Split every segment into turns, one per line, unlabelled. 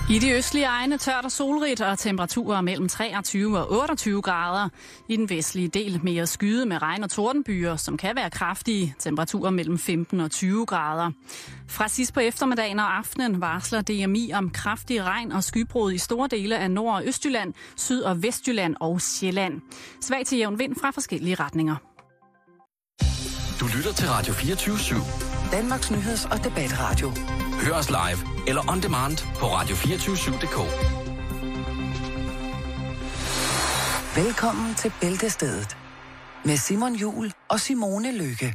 I de østlige egne tørt og solrigt og temperaturer mellem 23 og 28 grader. I den vestlige del mere skyde med regn- og tordenbyer, som kan være kraftige. Temperaturer mellem 15 og 20 grader. Fra sidst på eftermiddagen og aftenen varsler DMI om kraftig regn og skybrud i store dele af Nord- og Østjylland, Syd- og Vestjylland og Sjælland. Svag til jævn vind fra forskellige retninger.
Du lytter til Radio 24/7.
Danmarks nyheds- og debatradio.
Hør os live eller on demand på radio247.dk.
Velkommen til Bæltestedet med Simon Juhl og Simone Lykke.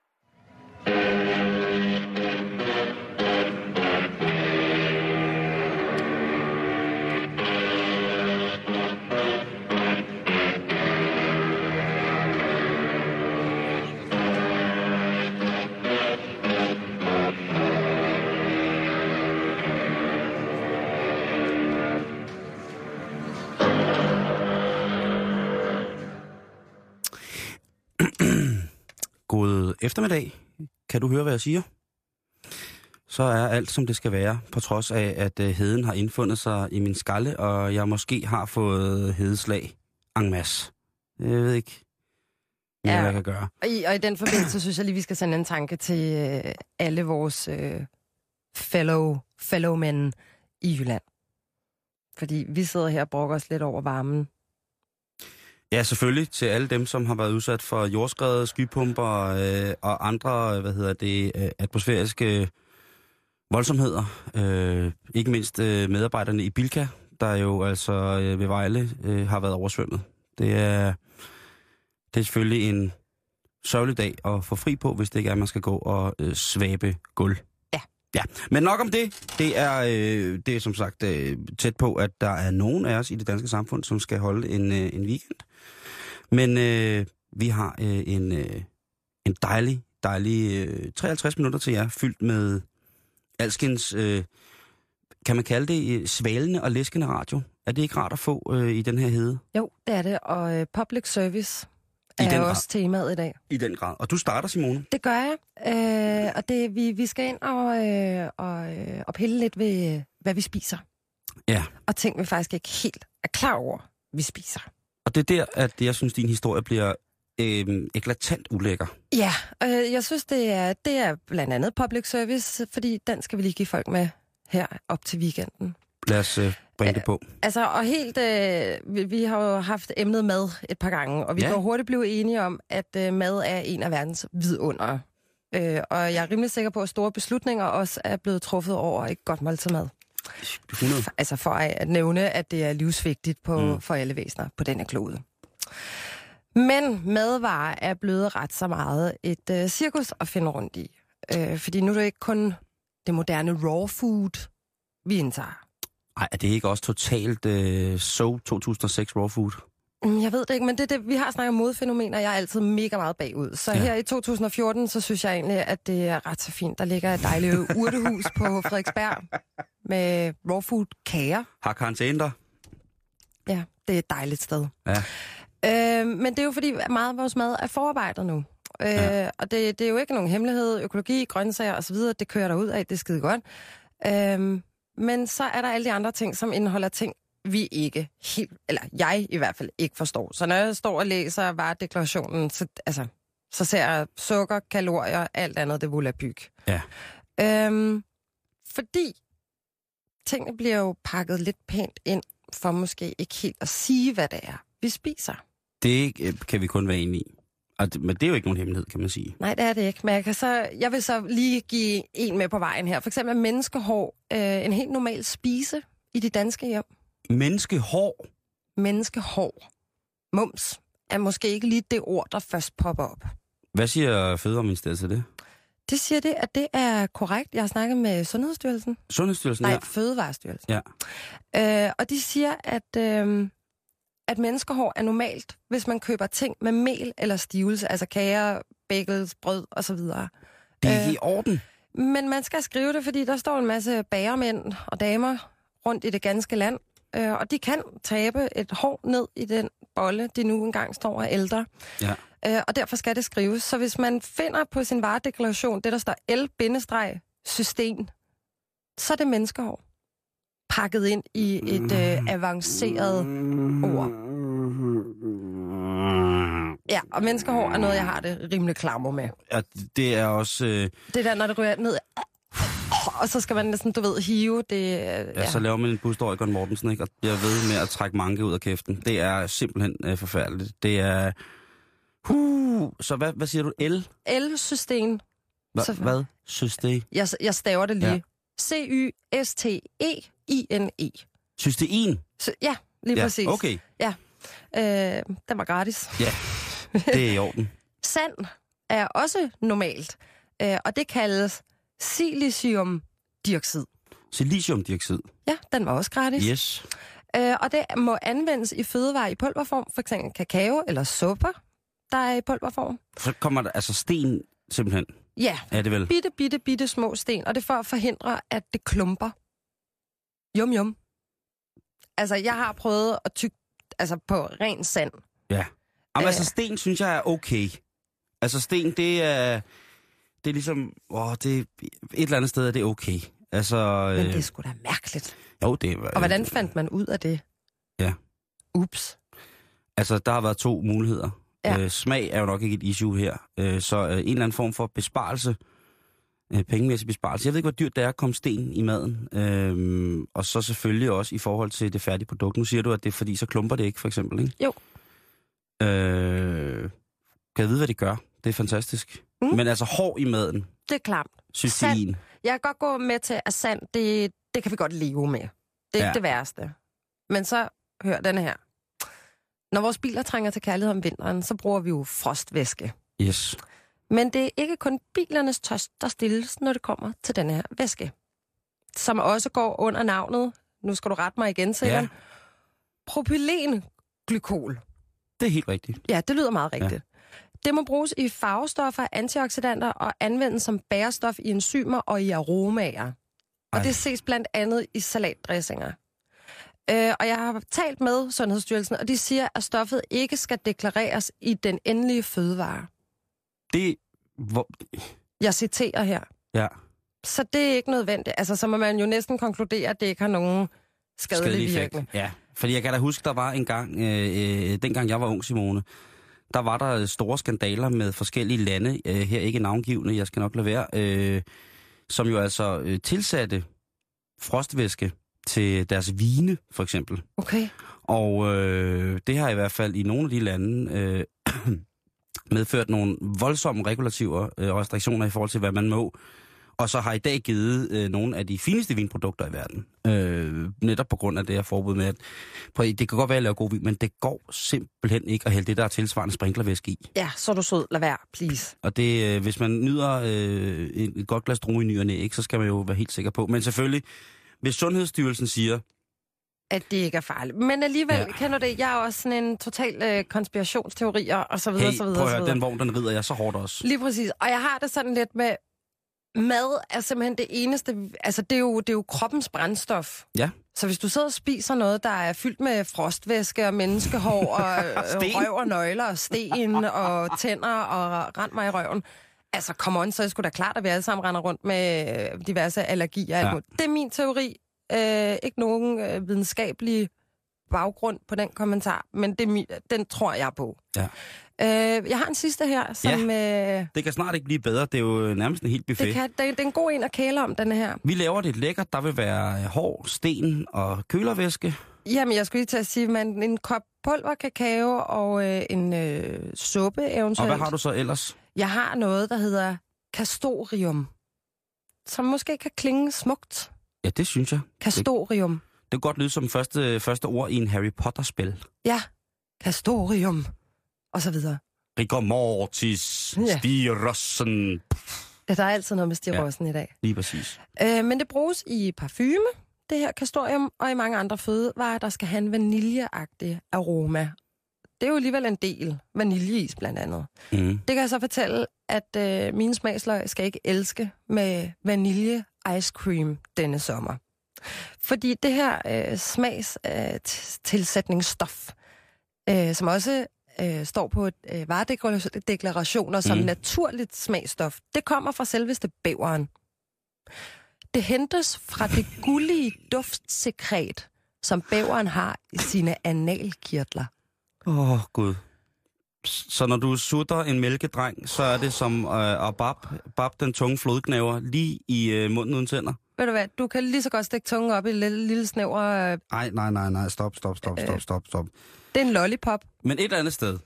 God eftermiddag. Kan du høre, hvad jeg siger? Så er alt, som det skal være, på trods af, at heden har indfundet sig i min skalle, og jeg måske har fået hedeslag en masse. Jeg ved ikke, hvad jeg kan gøre.
Og i den forbindelse synes jeg lige, vi skal sende en tanke til alle vores fellow men i Jylland. Fordi vi sidder her og brokker os lidt over varmen.
Ja, selvfølgelig til alle dem, som har været udsat for jordskred, skypumper og andre, atmosfæriske voldsomheder. Ikke mindst medarbejderne i Bilka, der jo altså ved Vejle har været oversvømmet. Det er selvfølgelig en sørgelig dag at få fri på, hvis det ikke er, at man skal gå og svabe gulv. Ja, men nok om det. Det er som sagt tæt på, at der er nogen af os i det danske samfund, som skal holde en weekend. Men vi har en dejlig 53 minutter til jer, fyldt med alskens, kan man kalde det, svalende og læskende radio. Er det ikke rart at få i den her hede? Jo,
det er det, og public service er også temaet i dag.
I den grad. Og du starter, Simone.
Det gør jeg. Og vi skal ind og pille lidt ved, hvad vi spiser.
Ja.
Og ting, vi faktisk ikke helt er klar over, vi spiser.
Og det er der, at jeg synes, din historie bliver eklatant ulækker.
Ja, jeg synes, det er blandt andet public service, fordi den skal vi lige give folk med her op til weekenden.
Lad os bringe det på.
Altså, og helt, vi har jo haft emnet mad et par gange, og vi kan hurtigt blive enige om, at mad er en af verdens vidundere. Og jeg er rimelig sikker på, at store beslutninger også er blevet truffet over et godt måltid mad.
100.
Altså for at nævne, at det er livsvigtigt for alle væsener på denne klode. Men madvarer er blevet ret så meget et cirkus at finde rundt i. Fordi nu er det ikke kun det moderne raw food, vi indtager.
Ej, er det ikke også totalt 2006 raw food?
Jeg ved det ikke, men vi har snakket om modefænomener, jeg er altid mega meget bagud. Så her i 2014, så synes jeg egentlig, at det er ret så fint. Der ligger et dejligt urtehus på Frederiksberg med raw food kager.
Har karantæne der?
Ja, det er et dejligt sted.
Ja.
Men det er jo fordi, meget af vores mad er forarbejdet nu. Og det er jo ikke nogen hemmelighed. Økologi, grøntsager osv., det kører der ud af, det er skide godt. Men så er der alle de andre ting, som indeholder ting, vi ikke helt, eller jeg i hvert fald ikke forstår. Så når jeg står og læser varedeklarationen, så ser jeg sukker, kalorier, alt andet, det volapyk.
Ja.
Fordi tingene bliver jo pakket lidt pænt ind, for måske ikke helt at sige, hvad det er, vi spiser. Det
kan vi kun være enige i. Men det er jo ikke nogen hemmelighed, kan man sige.
Nej, det er det ikke. Men jeg vil så lige give en med på vejen her. For eksempel menneskehår, en helt normal spise i de danske hjem.
Menneskehår?
Menneskehår. Mums er måske ikke lige det ord, der først popper op.
Hvad siger Fødevareministeriet til det?
Det siger det, at det er korrekt. Jeg har snakket med Sundhedsstyrelsen.
Sundhedsstyrelsen,
Nej, Fødevarestyrelsen.
Ja.
Og de siger, at menneskehår er normalt, hvis man køber ting med mel eller stivelse, altså kager, bagels, brød osv.
Det er i orden.
Men man skal skrive det, fordi der står en masse bagermænd og damer rundt i det ganske land, og de kan tabe et hår ned i den bolle, de nu engang står og ældre.
Ja.
Og derfor skal det skrives. Så hvis man finder på sin varedeklaration, det der står L-system, så er det menneskehår. pakket ind i et avanceret ord. Ja, og menneskehår er noget, jeg har det rimelig klammer med.
Ja, det er også...
Det der, når det ryger ned... Og så skal man næsten, du ved, hive det...
Ja, så laver man en Buster Egon Mortensen, ikke? Og jeg ved med at trække manke ud af kæften. Det er simpelthen forfærdeligt. Det er... Så hvad siger du?
L-system.
Hvad? System?
Jeg staver det lige.
Ja.
C-Y-S-T-E-I-N-E.
Cystein?
Ja, lige præcis.
Okay.
Ja, den var gratis.
Ja, det er i orden.
Sand er også normalt, og det kaldes siliciumdioxid.
Siliciumdioxid?
Ja, den var også gratis.
Yes.
Og det må anvendes i fødevarer i pulverform, f.eks. kakao eller supper, der er i pulverform.
Så kommer der altså sten simpelthen?
Ja,
er det vel?
bitte små sten, og det er for at forhindre, at det klumper. Yum. Altså, jeg har prøvet at tygge på ren sand.
Ja. Men altså, sten synes jeg er okay. Altså, sten, det er ligesom... det et eller andet sted er det okay. Altså...
Men det er sgu da mærkeligt.
Jo, det er...
Og hvordan fandt man ud af det?
Ja.
Ups.
Altså, der har været 2 muligheder.
Ja.
Smag er jo nok ikke et issue her. Så en eller anden form for besparelse, pengemæssig besparelse. Jeg ved ikke, hvor dyrt det er at komme sten i maden. Og så selvfølgelig også i forhold til det færdige produkt. Nu siger du, at det er fordi, så klumper det ikke, for eksempel, ikke?
Jo.
Kan jeg vide, hvad det gør? Det er fantastisk. Men altså, hår i maden.
Det er klart.
Cystein.
Jeg kan godt gå med til, at sand, det kan vi godt leve med. Det er ikke det værste. Men så, hør denne her. Når vores biler trænger til kærlighed om vinteren, så bruger vi jo frostvæske.
Yes.
Men det er ikke kun bilernes tørst, der stilles, når det kommer til denne her væske. Som også går under navnet, nu skal du rette mig igen, sikkert, propylenglykol.
Det er helt rigtigt.
Ja, det lyder meget rigtigt. Ja. Det må bruges i farvestoffer, antioxidanter og anvendes som bærestof i enzymer og i aromaer. Og det ses blandt andet i salatdressinger. Og jeg har talt med Sundhedsstyrelsen, og de siger, at stoffet ikke skal deklareres i den endelige fødevare. Jeg citerer her.
Ja.
Så det er ikke nødvendigt. Altså, så må man jo næsten konkludere, at det ikke har nogen skadelig virkning.
Ja, fordi jeg kan da huske, der var en gang, dengang jeg var ung, Simone, der var der store skandaler med forskellige lande, her ikke navngivende, jeg skal nok lade være, som jo altså tilsatte frostvæske til deres vine, for eksempel.
Okay.
Og det har i hvert fald i nogle af de lande medført nogle voldsomme regulativer og restriktioner i forhold til, hvad man må. Og så har i dag givet nogle af de fineste vinprodukter i verden. Netop på grund af det her forbud med, at det kan godt være at lave god vin, men det går simpelthen ikke at hælde det, der er tilsvarende sprinklervæske i.
Ja, så er du sød. Lad være, please.
Og det, hvis man nyder et godt glas drue i ny og næ, ikke, så skal man jo være helt sikker på. Men selvfølgelig, hvis Sundhedsstyrelsen siger,
at det ikke er farligt. Men alligevel, kender det, jeg er også sådan en total konspirationsteorier, og så videre, så videre.
Prøv at høre, den vogn, den rider jeg så hårdt også.
Lige præcis. Og jeg har det sådan lidt med, mad er simpelthen det eneste, altså det er jo kroppens brændstof.
Ja.
Så hvis du sidder og spiser noget, der er fyldt med frostvæske og menneskehår og røv og nøgler og sten og tænder og rend mig i røven, altså come on, så er det sgu da klart, at vi alle sammen render rundt med diverse allergier. Ja. Det er min teori. Ikke nogen videnskabelig baggrund på den kommentar, men den tror jeg på.
Ja.
Jeg har en sidste her, som...
det kan snart ikke blive bedre. Det er jo nærmest en helt buffet.
Det er en god en at kæle om, den her.
Vi laver det lækkert. Der vil være hår, sten og kølervæske.
Jamen, jeg skulle lige til at sige, en kop pulver, kakao og en suppe eventuelt.
Og hvad har du så ellers?
Jeg har noget, der hedder castorium, som måske kan klinge smukt.
Ja, det synes jeg.
Castorium.
Det kan godt lyde som første ord i en Harry Potter-spil.
Ja, castorium. Og så videre.
Rigor mortis, stirossen.
Ja, der er altid noget med stirossen i dag.
Lige præcis.
Men det bruges i parfume, det her castorium, og i mange andre fødevarer, der skal have en vaniljeagtig aroma. Det er jo alligevel en del. Vaniljeis blandt andet. Det kan jeg så fortælle, at mine smagsløg skal ikke elske med vanilje ice cream denne sommer. Fordi det her smagstilsætningsstof, som også står på varedeklarationer som naturligt smagstof, det kommer fra selveste bæveren. Det hentes fra det gullige duftsekret, som bæveren har i sine analkirtler.
Gud. Så når du sutter en mælkedreng, så er det som at bab den tunge flodknæver lige i munden uden tænder?
Ved du hvad, du kan lige så godt stikke tungen op i et lille snæver...
Nej, stop.
Det er en lollipop.
Men et andet sted.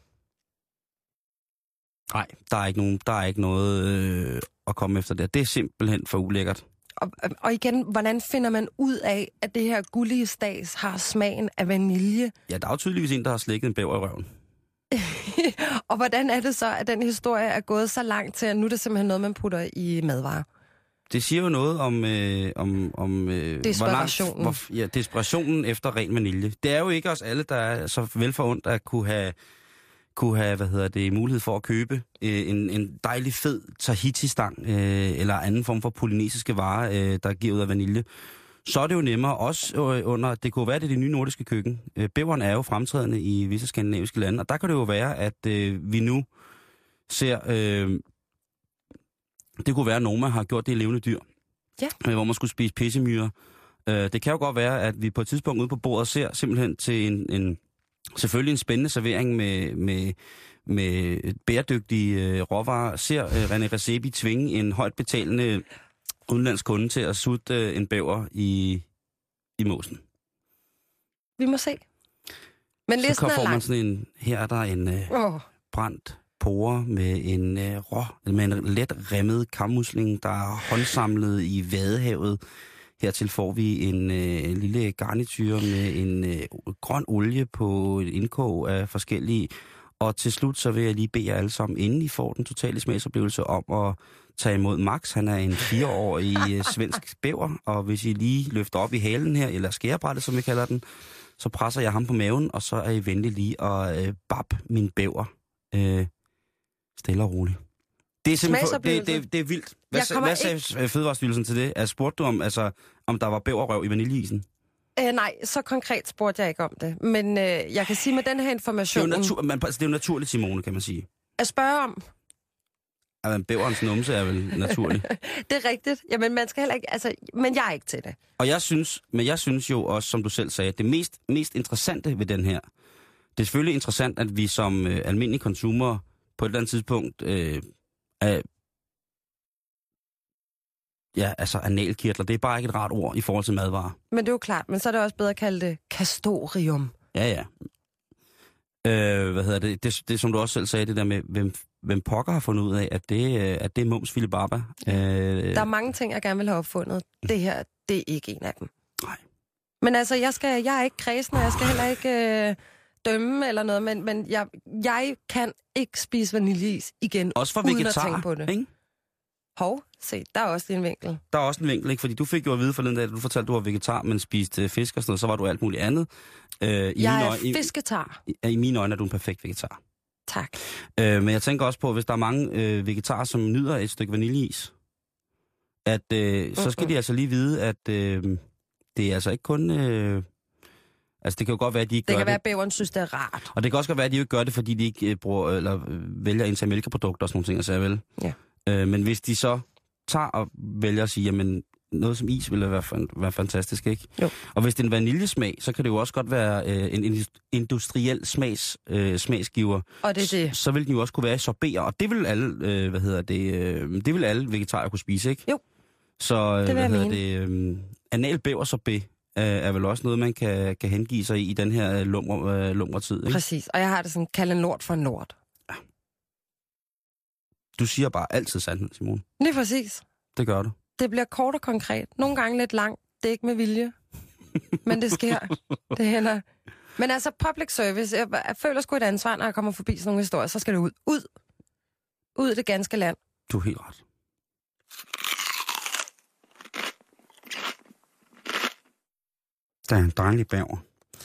Nej, der er ikke noget at komme efter der. Det er simpelthen for ulækkert.
Og igen, hvordan finder man ud af, at det her gullige stads har smagen af vanilje?
Ja, der er jo tydeligvis en, der har slikket en bæver i røven.
Og hvordan er det så, at den historie er gået så langt til, at nu er det simpelthen noget, man putter i madvarer?
Det siger jo noget om
desperationen.
Desperationen efter ren vanilje. Det er jo ikke os alle, der er så velforundt at kunne have mulighed for at købe en dejlig fed Tahiti-stang eller anden form for polynesiske varer, der giver ud af vanilje. Så er det jo nemmere også det kunne være det nye nordiske køkken. Bæveren er jo fremtrædende i visse skandinaviske lande, og der kan det jo være, at vi nu ser... det kunne være, at Noma har gjort det i levende dyr.
Ja.
Hvor man skulle spise pissemyrer. Det kan jo godt være, at vi på et tidspunkt ude på bordet ser simpelthen til selvfølgelig en spændende servering med bæredygtige råvarer. Ser René Redzepi tvinge en højt betalende udenlandsk kunde til at sutte en bæver i måsen.
Vi må se. Men
så får man sådan en... Her er der en brændt pore med en med en let remmet kammusling, der er håndsamlet i Vadehavet. Hertil får vi en lille garnityr med en grøn olie på et indkog af forskellige. Og til slut så vil jeg lige bede jer alle sammen, inden I får den totale smagsoplevelse, om at tage imod Max. Han er en 4-årig svensk bæver, og hvis I lige løfter op i halen her, eller skærebrættet, som vi kalder den, så presser jeg ham på maven, og så er I venlig lige at bab min bæver stille og roligt. Det er simpelthen det er vildt. Hvad sagde Fødevarestyrelsen til det? Spurgte du om der var bæverrøv i vaniljeisen?
Nej, så konkret spurgte jeg ikke om det. Men jeg kan sige med den her information...
Det er jo naturligt, Simone, kan man sige.
At spørge om...
Bæverens numse er vel naturligt.
Det er rigtigt. Jamen, man skal heller ikke... men jeg er ikke til det.
Og jeg synes jo også, som du selv sagde, det mest interessante ved den her, det er selvfølgelig interessant, at vi som almindelige konsumer på et eller andet tidspunkt analkirtler. Det er bare ikke et rart ord i forhold til madvarer. Men
det er jo klart, men så er det også bedre at kalde det castorium.
Ja. Det som du også selv sagde, det der med, hvem pokker har fundet ud af, at det er Mums Filibaba. Der
er mange ting, jeg gerne vil have opfundet. Det her, det er ikke en af dem.
Nej.
Men jeg er ikke kræsen, og jeg skal heller ikke dømme eller noget, men jeg kan ikke spise vaniljeis igen,
også for
uden
vegetar,
at tænke på det.
Ikke?
Hov, se, der er også en vinkel.
Der er også en vinkel, ikke? Fordi du fik jo at vide forleden dag, at du fortalte, at du var vegetar, men spiste fisk og sådan noget, så var du alt muligt andet.
Jeg er fisketar.
I mine øjne er du en perfekt vegetar.
Tak.
Men jeg tænker også på, hvis der er mange vegetarer, som nyder et stykke vaniljeis, at så skal de altså lige vide, at det er altså ikke kun... det kan jo godt være, at de ikke gør det.
Det kan være, at bæveren synes, det er rart.
Og det kan også godt være, at de ikke gør det, fordi de ikke bruger, eller vælger at indtage mælkeprodukter og sådan nogle ting, altså vel.
Ja.
Men hvis de så tager og vælger at sige, jamen noget som is ville være fantastisk, ikke?
Jo. Og
hvis det er en vaniljesmag, så kan det jo også godt være en industriel smagsgiver.
Og det er det.
Så vil den jo også kunne være i sorbeter, og det vil alle, det vil alle vegetarer kunne spise, ikke?
Jo.
Så anal bæversorbet er vel også noget, man kan hengive sig i den her lumretid, ikke?
Præcis, og jeg har det sådan, kalde lort for lort.
Ja. Du siger bare altid sandhed, Simone.
Lige præcis.
Det gør du.
Det bliver kort og konkret. Nogle gange lidt langt. Det er ikke med vilje. Men det sker. Det hænder. Men public service. Jeg føler sgu et ansvar, når jeg kommer forbi sådan nogle historier. Så skal det ud. Ud i det ganske land.
Du er helt ret. Der er en dejlig bæver.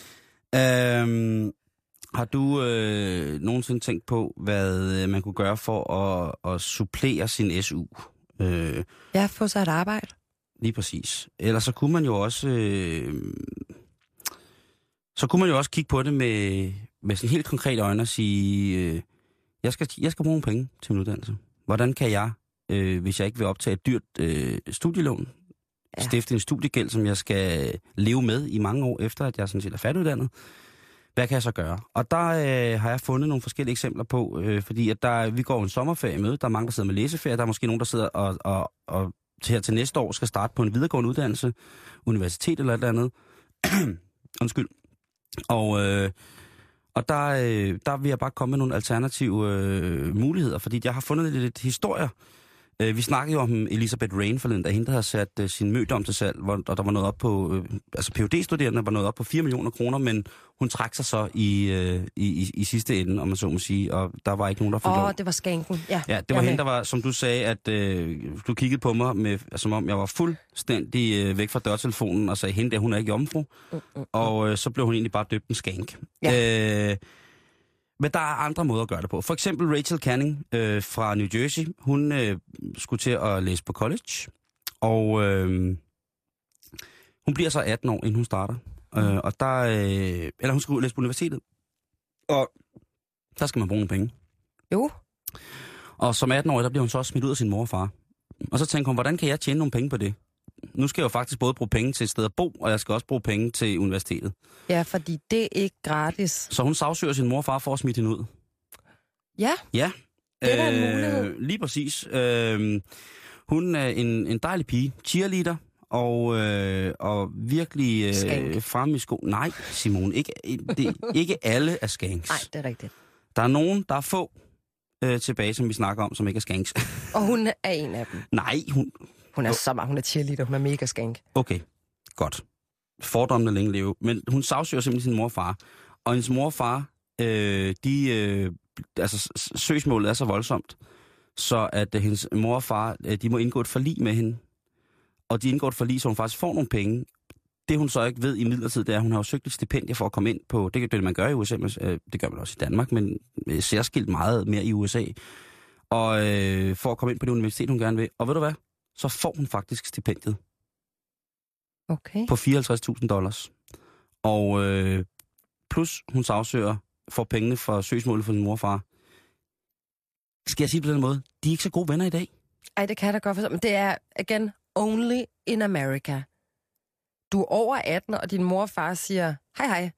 Har du nogensinde tænkt på, hvad man kunne gøre for at supplere sin SU?
Ja, få sig et arbejde.
Lige præcis. Ellers så kunne man jo også... kigge på det med sådan helt konkrete øjne og sige, jeg skal bruge nogle penge til min uddannelse. Hvordan kan jeg, hvis jeg ikke vil optage et dyrt studielån, stifte en studiegæld, som jeg skal leve med i mange år efter, at jeg sådan set er færdiguddannet. Hvad kan jeg så gøre? Og der har jeg fundet nogle forskellige eksempler på, fordi at vi går en sommerferie med, der er mange, der sidder med læseferie, der er måske nogen, der sidder og her til næste år skal starte på en videregående uddannelse, universitet eller et eller andet. Undskyld. Og der vil jeg bare komme med nogle alternative muligheder, fordi jeg har fundet lidt historier. Vi snakkede jo om Elizabeth Rain forleden, der hende, der havde sat sin mødom til salg, og der var noget op på, altså PhD-studerende var noget op på 4 millioner kroner, men hun trak sig så i sidste ende, om man så må sige, og der var ikke nogen, der fik lov.
Det var skanken, ja. Ja,
det var hende, der var, som du sagde, at du kiggede på mig, med, som om jeg var fuldstændig væk fra dørtelefonen, og sagde, hende der, hun er ikke jomfru, og så blev hun egentlig bare døbt en skank. Ja. Men der er andre måder at gøre det på. For eksempel Rachel Canning fra New Jersey. Hun skulle til at læse på college. Og hun bliver så 18 år, inden hun starter. Og der, eller hun skal ud og læse på universitetet. Og der skal man bruge nogle penge.
Jo.
Og som 18-årig, der bliver hun så smidt ud af sin mor og far. Og så tænker hun, hvordan kan jeg tjene nogle penge på det? Nu skal jeg jo faktisk både bruge penge til et sted at bo, og jeg skal også bruge penge til universitetet.
Ja, fordi det er ikke gratis.
Så hun sagsøger sin mor og far for at smide hende ud.
Ja.
Ja.
Det er da en mulighed.
Lige præcis. Hun er en dejlig pige, cheerleader, og virkelig fremme i sko. Nej, Simone, ikke alle er skanks.
Nej, det er rigtigt.
Der er nogen, der er få tilbage, som vi snakker om, som ikke er skanks.
Og hun er en af dem.
Nej,
hun er så meget. Hun er cheerleader. Hun er mega skank.
Okay, godt. Fordommene længe leve. Men hun sagsøger simpelthen sin mor og far. Og hendes mor og far, søgsmålet er så voldsomt, så at hendes mor og far, de må indgå et forlig med hende. Og de indgår et forlig, så hun faktisk får nogle penge. Det hun så ikke ved i midlertid, det er, at hun har jo søgt et stipendie for at komme ind på, det kan man gøre i USA, det gør man også i Danmark, men særskilt meget mere i USA. Og for at komme ind på det universitet, hun gerne vil. Og ved du hvad? Så får hun faktisk stipendiet.
Okay.
På $54,000. Og plus hun sagsøger, får pengene fra søgsmålet for sin mor og far. Skal jeg sige på den måde? De er ikke så gode venner i dag.
Ej, det kan jeg da godt forstå. Men det er, again, only in America. Du er over 18, og din mor og far siger, hej.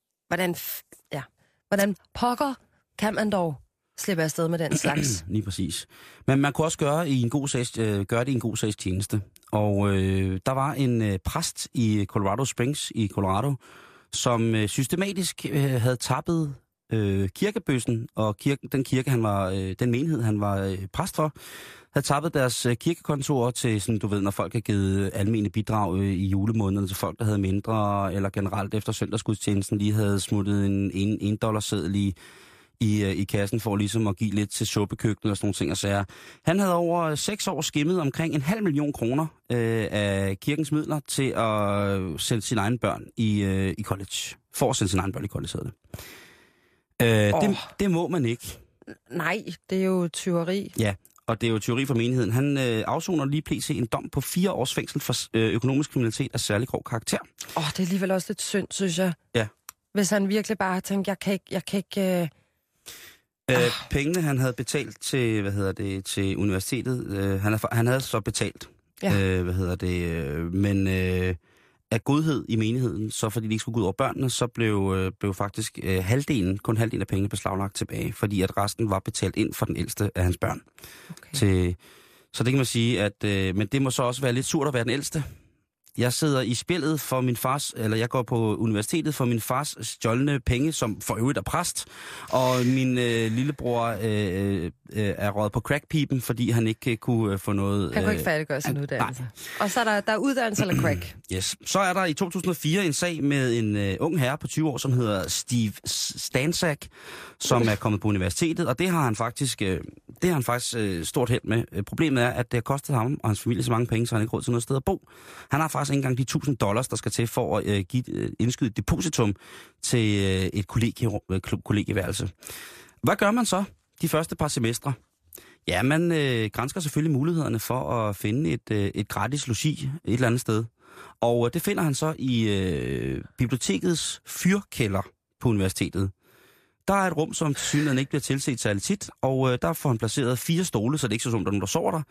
Hvordan pokker kan man dog slippe afsted med den slags?
Lige præcis. Men man kunne også gøre det i en god sags tjeneste. Og der var en præst i Colorado Springs i Colorado, som systematisk havde tappet kirkebøssen, og den menighed, han var præst for, havde tappet deres kirkekontorer til, sådan, du ved, når folk har givet almene bidrag i julemåneden til folk, der havde mindre, eller generelt efter søndagsgudstjenesten lige havde smuttet en $1 i kassen for ligesom at give lidt til suppekøkkenet og sådan nogle ting og sager. Han havde over 6 år skimmet omkring 500.000 kroner af kirkens midler til at sende sine egne børn i college. For at sende sine egne børn i college, hedder det. Det må man ikke.
Nej, det er jo tyveri.
Ja, og det er jo tyveri for menigheden. Han afsoner lige pt. En dom på 4 års fængsel for økonomisk kriminalitet af særlig grov karakter.
Det er alligevel også lidt synd, synes jeg.
Ja.
Hvis han virkelig bare har tænkt, jeg kan ikke...
Pengene, han havde betalt til, til universitetet, han havde så betalt, men af godhed i menigheden, så fordi de ikke skulle gå ud over børnene, så blev faktisk kun halvdelen af pengene beslaglagt tilbage, fordi at resten var betalt ind for den ældste af hans børn. Okay. Så det kan man sige, at men det må så også være lidt surt at være den ældste. Jeg sidder i spillet for min fars, eller jeg går på universitetet for min fars stjålne penge, som for øvrigt er præst. Og min lillebror er røget på crackpipen, fordi han ikke kunne få noget...
Han kunne ikke færdiggøre sin uddannelse. Nej. Og så er der uddannelse eller crack.
Yes. Så er der i 2004 en sag med en ung herre på 20 år, som hedder Steve Stanczak, som er kommet på universitetet. Og det har han faktisk stort held med. Problemet er, at det har kostet ham og hans familie så mange penge, så han ikke råd til noget sted at bo. Han har faktisk ikke engang de $1,000, der skal til for at indskyde et depositum til et kollegieværelse. Hvad gør man så de første par semestre? Ja, man gransker selvfølgelig mulighederne for at finde et gratis logi et eller andet sted. Og det finder han så i bibliotekets fyrkælder på universitetet. Der er et rum, som tilsyneladende ikke bliver tilset særlig tit, og der får han placeret 4 stole, så det ikke så som der er nogen, der sover der.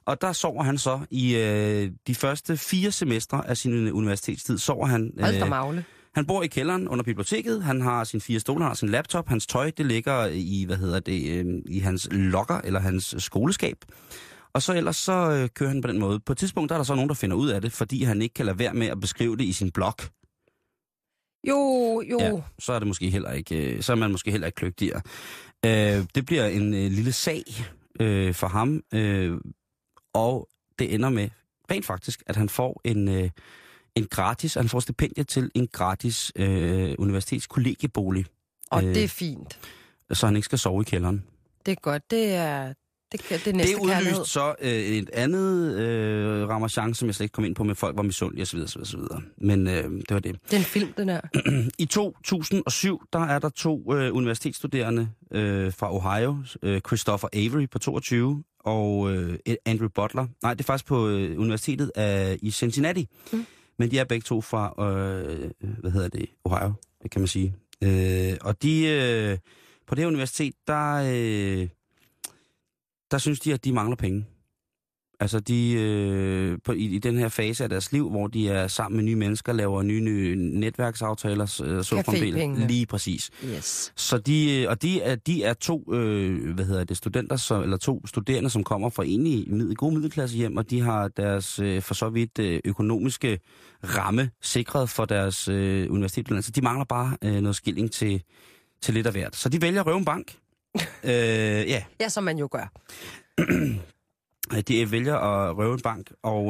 Og der sover han så i de første 4 semestre af sin universitetstid. Sover han...
Hold da magle.
Han bor i kælderen under biblioteket. Han har sine 4 stole, han har sin laptop. Hans tøj, det ligger i, i hans locker eller hans skoleskab. Og så ellers så kører han på den måde. På et tidspunkt der er der så nogen, der finder ud af det, fordi han ikke kan lade være med at beskrive det i sin blog.
Jo.
Ja, så er det måske heller ikke, så er man måske heller ikke kløgtigere. Det bliver en lille sag for ham, og det ender med rent faktisk, at han får en gratis, han får stipendie til en gratis universitetskollegiebolig.
Og det er fint.
Så han ikke skal sove i kælderen.
Det er godt, det er næste
det
kærlighed.
udløst så et andet ramachan, som jeg slet ikke kom ind på, med folk var misundelige osv. Men det var det.
Det er en film, den her.
I 2007, der er der 2 universitetsstuderende fra Ohio, Christopher Avery på 22, og Andrew Butler. Nej, det er faktisk på universitetet i Cincinnati. Men de er begge 2 fra, Ohio, kan man sige. Og de, på det universitet, der synes de, at de mangler penge. Altså i den her fase af deres liv, hvor de er sammen med nye mennesker, laver nye netværksaftaler, så fremdeles. Lige præcis.
Yes.
Så de er 2 studenter, eller 2 studerende, som kommer fra egentlig gode middelklasse hjem, og de har deres for så vidt økonomiske ramme sikret for deres universitetsuddannelse. De mangler bare noget skilling til lidt af hvert. Så de vælger at røve en bank. Ja,
som man jo gør.
De vælger at røve en bank, og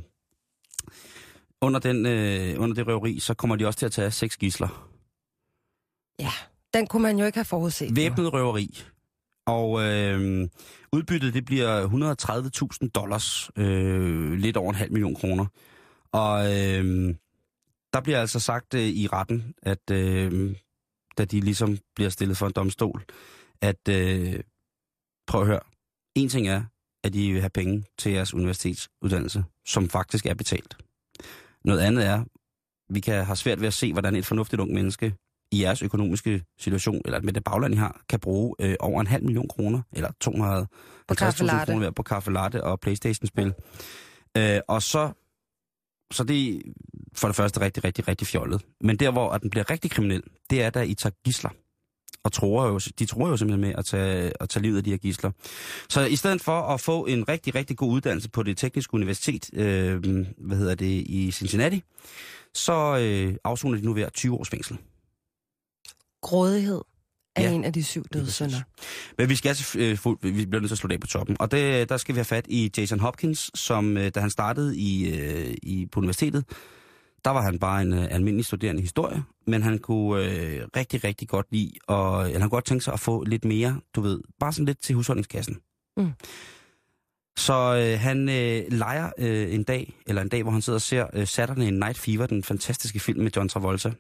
under det røveri, så kommer de også til at tage 6 gidsler.
Ja, den kunne man jo ikke have forudset.
Væbnet røveri. Og udbyttet, det bliver $130,000, lidt over 500.000 kroner. Og der bliver altså sagt i retten, at da de ligesom bliver stillet for en domstol, at prøv at høre, en ting er, at I vil have penge til jeres universitetsuddannelse, som faktisk er betalt. Noget andet er, vi kan have svært ved at se, hvordan et fornuftigt ung menneske i jeres økonomiske situation, eller med det bagland, I har, kan bruge over 500.000 kroner, eller 250.000 kroner på kaffe latte og PlayStation-spil. Og så det er for det første rigtig, rigtig, rigtig fjollet. Men der, hvor den bliver rigtig kriminel, det er, da I tager gidsler. Og de tror jo simpelthen med at tage livet af de her gidsler. Så i stedet for at få en rigtig, rigtig god uddannelse på det tekniske universitet, i Cincinnati, så afsoner de nu hver 20 års fængsel.
Grådighed er en af de 7 dødssynder.
Men vi bliver nødt til at slå det på toppen. Og der skal vi have fat i Jason Hopkins, som da han startede på universitetet, der var han bare en almindelig studerende i historie, men han kunne rigtig, rigtig godt lide, og han kunne godt tænke sig at få lidt mere, bare sådan lidt til husholdningskassen. Så han leger en dag, hvor han sidder og ser Saturday Night Fever, den fantastiske film med John Travolta.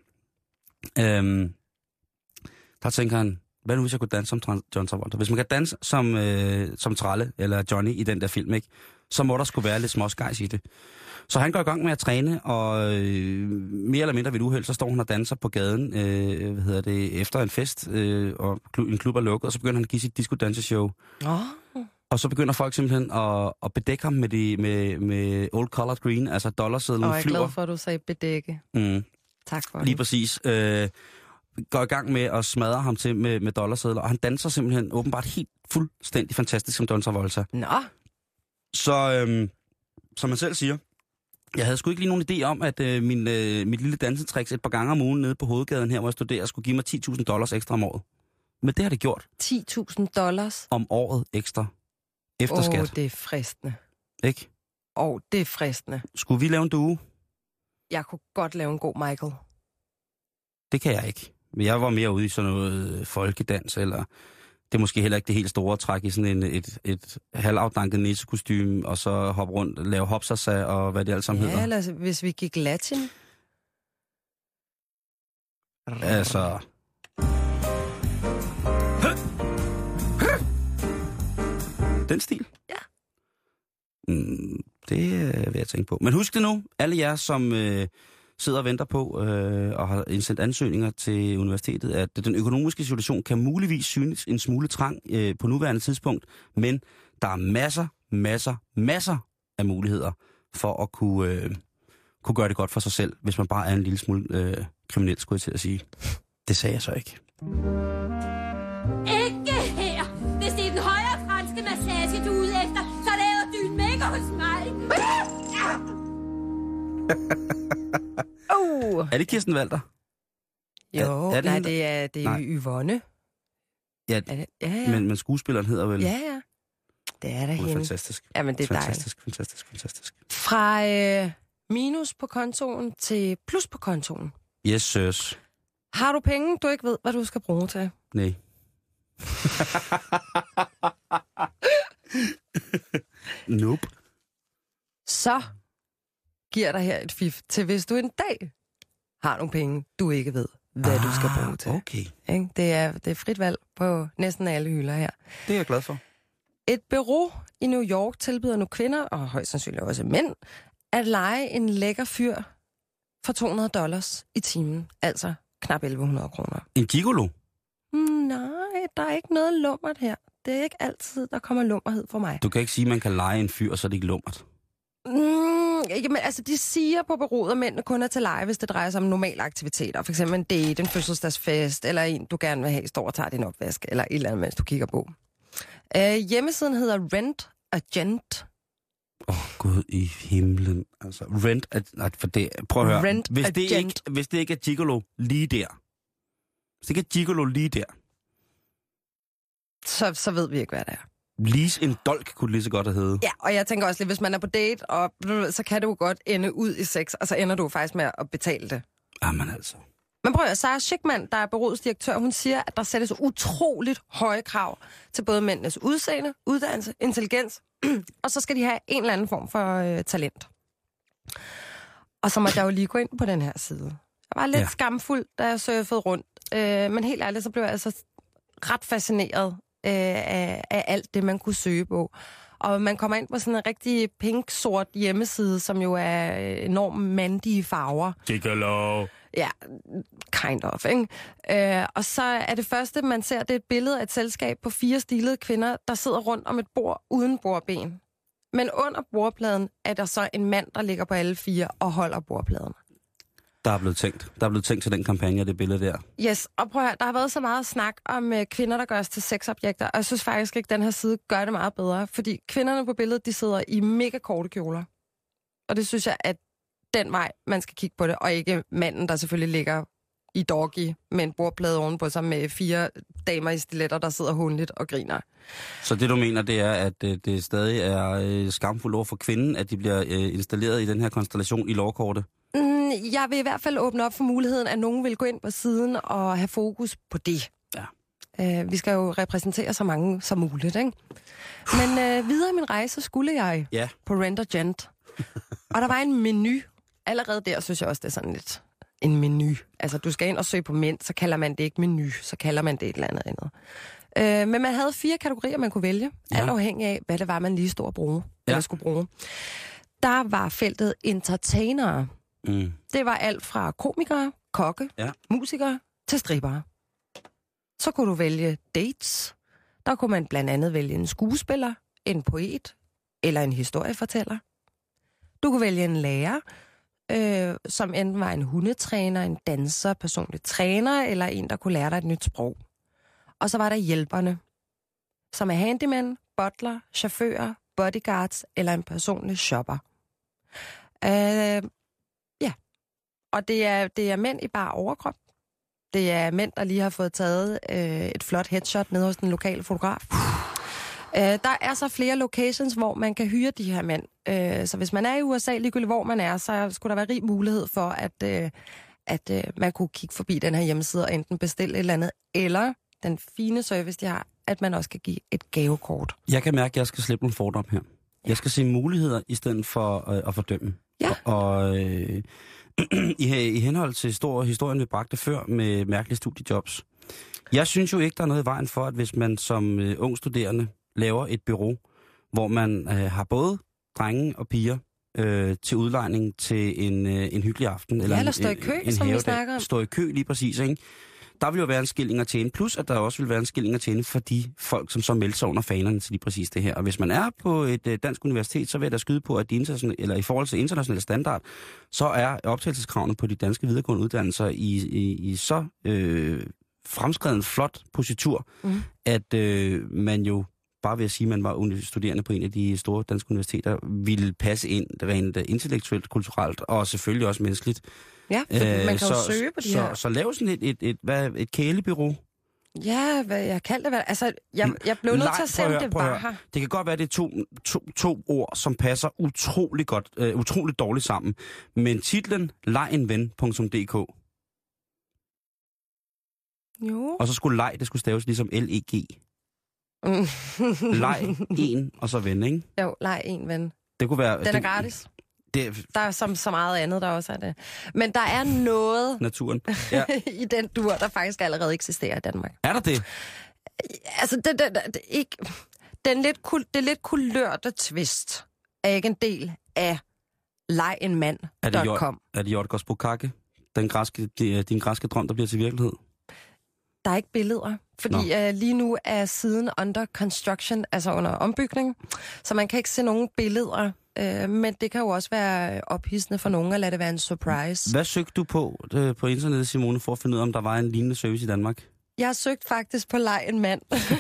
Der tænker han, hvad nu hvis jeg kunne danse som John Travolta? Hvis man kan danse som Tralle eller Johnny i den der film, ikke, så må der sgu være lidt småskejs i det. Så han går i gang med at træne, og mere eller mindre ved et uheld, så står han og danser på gaden, efter en fest, og en klub er lukket, og så begynder han at give sit disco-danseshow. Og så begynder folk simpelthen at bedække ham med old colored green, altså dollarsedlen flyver.
Jeg er glad for, at du sagde bedække. Tak for det.
Lige præcis. Går i gang med at smadre ham til med dollarsedler, og han danser simpelthen åbenbart helt fuldstændig fantastisk som John Travolta.
Nå.
Så, som man selv siger, jeg havde sgu ikke lige nogen idé om, at mit lille dansetricks et par gange om ugen nede på hovedgaden her, hvor jeg studerer, skulle give mig $10,000 ekstra om året. Men det har det gjort.
$10,000?
Om året ekstra. Efter skat.
Det er fristende.
Ikke?
Det er fristende.
Skulle vi lave en duo?
Jeg kunne godt lave en god Michael.
Det kan jeg ikke. Men jeg var mere ude i sådan noget folkedans, eller det er måske heller ikke det helt store træk i sådan et halvafdanket nissekostyme, og så hoppe rundt, lave hopsasa og hvad det alt sammen hedder.
Ja, eller hvis vi gik latin.
Altså... Den stil?
Ja.
Det vil jeg tænke på. Men husk det nu, alle jer, som sidder og venter på og har indsendt ansøgninger til universitetet, at den økonomiske situation kan muligvis synes en smule trang på nuværende tidspunkt, men der er masser af muligheder for at kunne gøre det godt for sig selv, hvis man bare er en lille smule kriminel, skulle jeg til at sige. Det sagde jeg så ikke.
Ikke her! Hvis det er den højre franske massage, du er ude efter, så laver du mega hos mig!
Er det Kirsten Walther?
Jo, er det det er Yvonne.
Ja,
ja.
Men skuespilleren hedder vel...
Ja. Det er da hende.
Fantastisk.
Jamen, det er
Fantastisk.
Fra minus på kontoen til plus på kontoen.
Yes, sirs.
Har du penge, du ikke ved, hvad du skal bruge til?
Nej. Nope.
Så giver dig her et fif til, hvis du en dag har nogle penge, du ikke ved, hvad du skal bruge til.
Okay.
Ikke? Det er frit valg på næsten alle hylder her.
Det er jeg glad for.
Et bureau i New York tilbyder nu kvinder, og højst sandsynligt også mænd, at lege en lækker fyr for $200 i timen. Altså knap 1.100 kroner.
En gigolo?
Nej, der er ikke noget lummert her. Det er ikke altid, der kommer lummerhed for mig.
Du kan ikke sige, at man kan lege en fyr, og så er det ikke lummert.
Jamen, altså, de siger på bureauet, at mændene kun er til lege, hvis det drejer sig om normale aktiviteter. For eksempel en date, en fødselsdagsfest, eller en, du gerne vil have, står og tager din opvask, eller et eller andet, mens du kigger på. Hjemmesiden hedder Rent Agent.
Gud i himlen. Altså, for det, prøv at høre.
Rent
hvis det ikke er gigolo lige der. Hvis det ikke er gigolo lige der.
Så ved vi ikke, hvad det er.
Lease en dolk kunne det lige så godt have heddet.
Ja, og jeg tænker også lidt, hvis man er på date, og så kan det jo godt ende ud i sex, og så ender du faktisk med at betale det.
Jamen altså.
Men prøv at Sarah Schickman, der er bureauets direktør, hun siger, at der sættes utroligt høje krav til både mændenes udseende, uddannelse, intelligens, og så skal de have en eller anden form for talent. Og så måtte jeg jo lige gå ind på den her side. Jeg var lidt skamfuld, da jeg surfede rundt, men helt ærligt, så blev jeg altså ret fascineret af alt det, man kunne søge på. Og man kommer ind på sådan en rigtig pink-sort hjemmeside, som jo er enormt mandige farver.
Gigolo.
Ja, kind of, ikke? Og så er det første, man ser, det er et billede af et selskab på 4 stilede kvinder, der sidder rundt om et bord uden bordben. Men under bordpladen er der så en mand, der ligger på alle 4 og holder bordpladen.
Der er blevet tænkt til den kampagne, det billede der.
Yes, og prøv at høre, der har været så meget snak om kvinder, der gøres til sexobjekter, og jeg synes faktisk ikke, at den her side gør det meget bedre, fordi kvinderne på billedet, de sidder i mega korte kjoler. Og det synes jeg, at den vej, man skal kigge på det, og ikke manden, der selvfølgelig ligger i doggy med en bordplade ovenpå sig med 4 damer i stiletter, der sidder hundeligt og griner.
Så det, du mener, det er, at det stadig er skamfuldt over for kvinden, at de bliver installeret i den her konstellation i lovkortet?
Jeg vil i hvert fald åbne op for muligheden, at nogen vil gå ind på siden og have fokus på det. Ja. Vi skal jo repræsentere så mange som muligt, ikke? Men videre i min rejse skulle jeg på Rent Agent. Og der var en menu. Allerede der synes jeg også, det er sådan lidt en menu. Altså, du skal ind og søge på mænd, så kalder man det ikke menu, så kalder man det et eller andet. Men man havde 4 kategorier, man kunne vælge, alt afhængig af, hvad det var, man lige stod og bruge, eller skulle bruge. Der var feltet entertainere. Det var alt fra komikere, kokke, musikere til strippere. Så kunne du vælge dates. Der kunne man blandt andet vælge en skuespiller, en poet eller en historiefortæller. Du kunne vælge en lærer, som enten var en hundetræner, en danser, personlig træner eller en, der kunne lære dig et nyt sprog. Og så var der hjælperne, som er handyman, butler, chauffører, bodyguards eller en personlig shopper. Og det er mænd i bare overkrop. Det er mænd, der lige har fået taget et flot headshot nede hos den lokale fotograf. Der er så flere locations, hvor man kan hyre de her mænd. Så hvis man er i USA, ligegyldigt hvor man er, så skulle der være rig mulighed for, at man kunne kigge forbi den her hjemmeside og enten bestille et eller andet, eller den fine service, de har, at man også kan give et gavekort.
Jeg kan mærke, at jeg skal slippe nogle fordomme her. Jeg skal se muligheder i stedet for at fordømme.
Ja.
Og i henhold til historien, vi bragte før med mærkelige studiejobs. Jeg synes jo ikke, der er noget i vejen for, at hvis man som ung studerende laver et bureau, hvor man har både drenge og piger til udlejning til en hyggelig aften.
Eller stå i kø, som vi snakker om.
Stå i kø, lige præcis, ikke? Der vil jo være en skilling at tjene, plus at der også vil være en skilling at tjene for de folk, som så melder sig under fanerne til lige præcis det her. Og hvis man er på et dansk universitet, så vil jeg da skyde på, at eller i forhold til international standard, så er optagelseskravene på de danske videregående uddannelser i så fremskreden flot positur, at man jo, bare ved at sige, at man var studerende på en af de store danske universiteter, ville passe ind rent intellektuelt, kulturelt og selvfølgelig også menneskeligt.
Ja, man kan jo søge på de her. Så
lav sådan et kælebureau.
Ja, hvad jeg kaldte det. Altså, jeg blev nødt til at se, om det var her.
Det kan godt være, det er to ord, som passer utroligt dårligt sammen. Men titlen legenven.dk.
Jo.
Og så skulle det skulle staves ligesom L-E-G. Leg en, og så ven, ikke?
Jo, leg en ven.
Det kunne være...
Den er gratis. Der er som så meget andet, der også er det. Men der er noget
naturen. Ja.
i den dur, der faktisk allerede eksisterer i Danmark.
Er der det?
Altså, det lidt kulørte twist er ikke en del af legenmand.com.
Er det Jorgos Bukake? Din græske drøm, der bliver til virkelighed?
Der er ikke billeder, fordi lige nu er siden under construction, altså under ombygning, så man kan ikke se nogen billeder. Men det kan jo også være ophidsende for nogen at lade det være en surprise.
Hvad søgte du på internettet, Simone, for at finde ud af, om der var en lignende service i Danmark?
Jeg har søgt faktisk på legenmand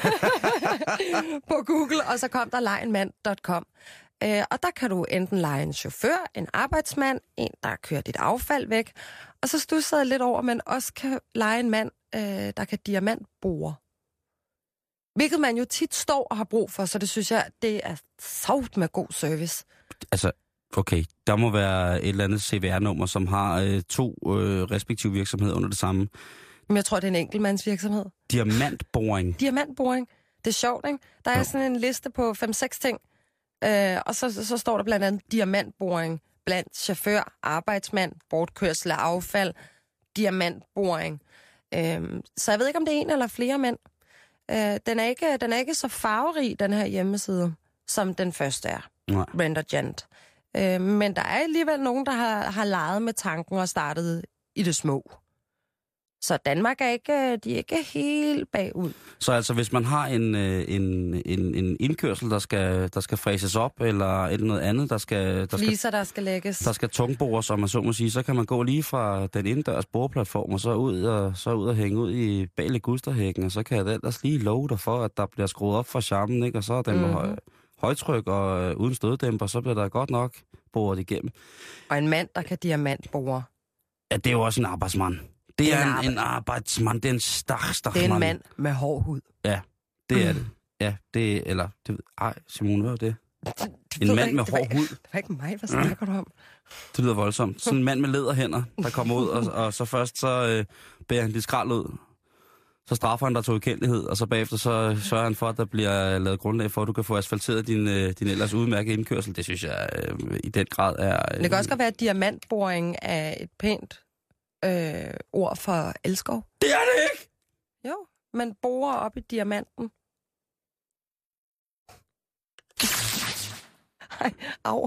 på Google, og så kom der legenmand.com. Og der kan du enten leje en chauffør, en arbejdsmand, en, der kører dit affald væk. Og så studsede jeg lidt over, men også kan leje en mand, der kan diamantbore. Hvilket man jo tit står og har brug for, så det synes jeg, det er savt med god service.
Altså, okay, der må være et eller andet CVR-nummer, som har to respektive virksomheder under det samme.
Men jeg tror, det er en enkeltmandsvirksomhed.
Diamantboring.
Diamantboring. Det er sjovt, ikke? Der er sådan en liste på 5-6 ting, og så står der blandt andet diamantboring blandt chauffør, arbejdsmand, bortkørsel af affald, diamantboring. Så jeg ved ikke, om det er en eller flere mænd. Den er ikke så farverig, den her hjemmeside, som den første er.
Nej.
RenderGent. Men der er alligevel nogen, der har leget med tanken og startet i det små. Så Danmark er ikke helt bagud.
Så altså, hvis man har en indkørsel, der skal fræses op, eller noget andet, der skal
lægges.
Der skal tungbores, som man så må sige, så kan man gå lige fra den indendørs boreplatform, og så ud og hænge ud i bag ligusterhækken, og så kan jeg ellers lige love dig for, at der bliver skruet op for charmen, ikke? Og så er den med højtryk og uden støddæmper, så bliver der godt nok boret igennem.
Og en mand, der kan diamantbore.
Ja, det er jo også en arbejdsmand. Det er en arbejdsmand, det er en stærk
Det er en mand med hård hud.
Ja, det er det. Ja, Simone, hvad var det? En mand med hård hud.
Det var ikke mig, hvad snakker du om?
Det lyder voldsomt. Sådan en mand med læderhænder, der kommer ud, og så først så bærer han dit skrald ud. Så straffer han dig til ukendelighed, og så bagefter så sørger han for, at der bliver lavet grundlag for, at du kan få asfalteret din ellers udmærkede indkørsel. Det synes jeg i den grad er...
Det kan også godt være, at diamantboring er et pænt ord for elskov.
Det er det ikke!
Jo, man borer op i diamanten. Ej, au.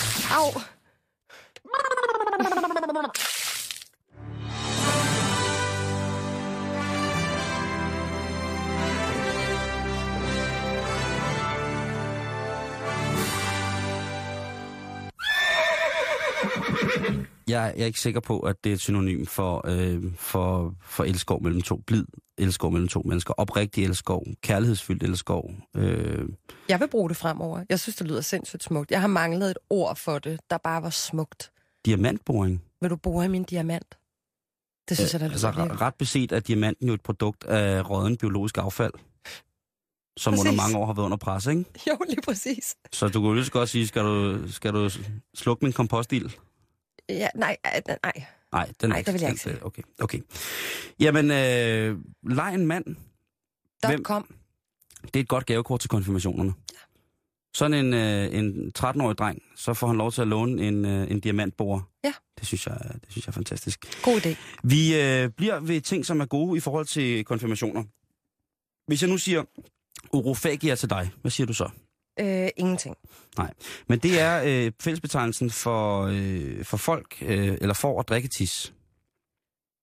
Jeg er ikke sikker på, at det er et synonym for elskov mellem to. Blid elskov mellem to mennesker. Oprigtig elskov. Kærlighedsfyldt elskov.
Jeg vil bruge det fremover. Jeg synes, det lyder sindssygt smukt. Jeg har manglet et ord for det, der bare var smukt.
Diamantboring.
Vil du bore i min diamant? Det synes jeg, der lyder
ret beset er diamanten jo et produkt af rådden biologisk affald. Som præcis. Under mange år har været under pres, ikke?
Jo, lige præcis.
Så du kunne jo lige så godt sige, skal du slukke min kompostild?
Ja, nej.
Nej, det
vil jeg ikke sige.
Okay. Jamen, leg en mand.
.com.
Det er et godt gavekort til konfirmationerne. Ja. Sådan en 13-årig dreng, så får han lov til at låne en diamantborer. Ja. Det synes jeg er fantastisk.
God idé.
Vi bliver ved ting, som er gode i forhold til konfirmationer. Hvis jeg nu siger orofagia til dig, hvad siger du så?
Ingenting.
Nej, men det er fællesbetegnelsen for folk, eller for at drikke tis.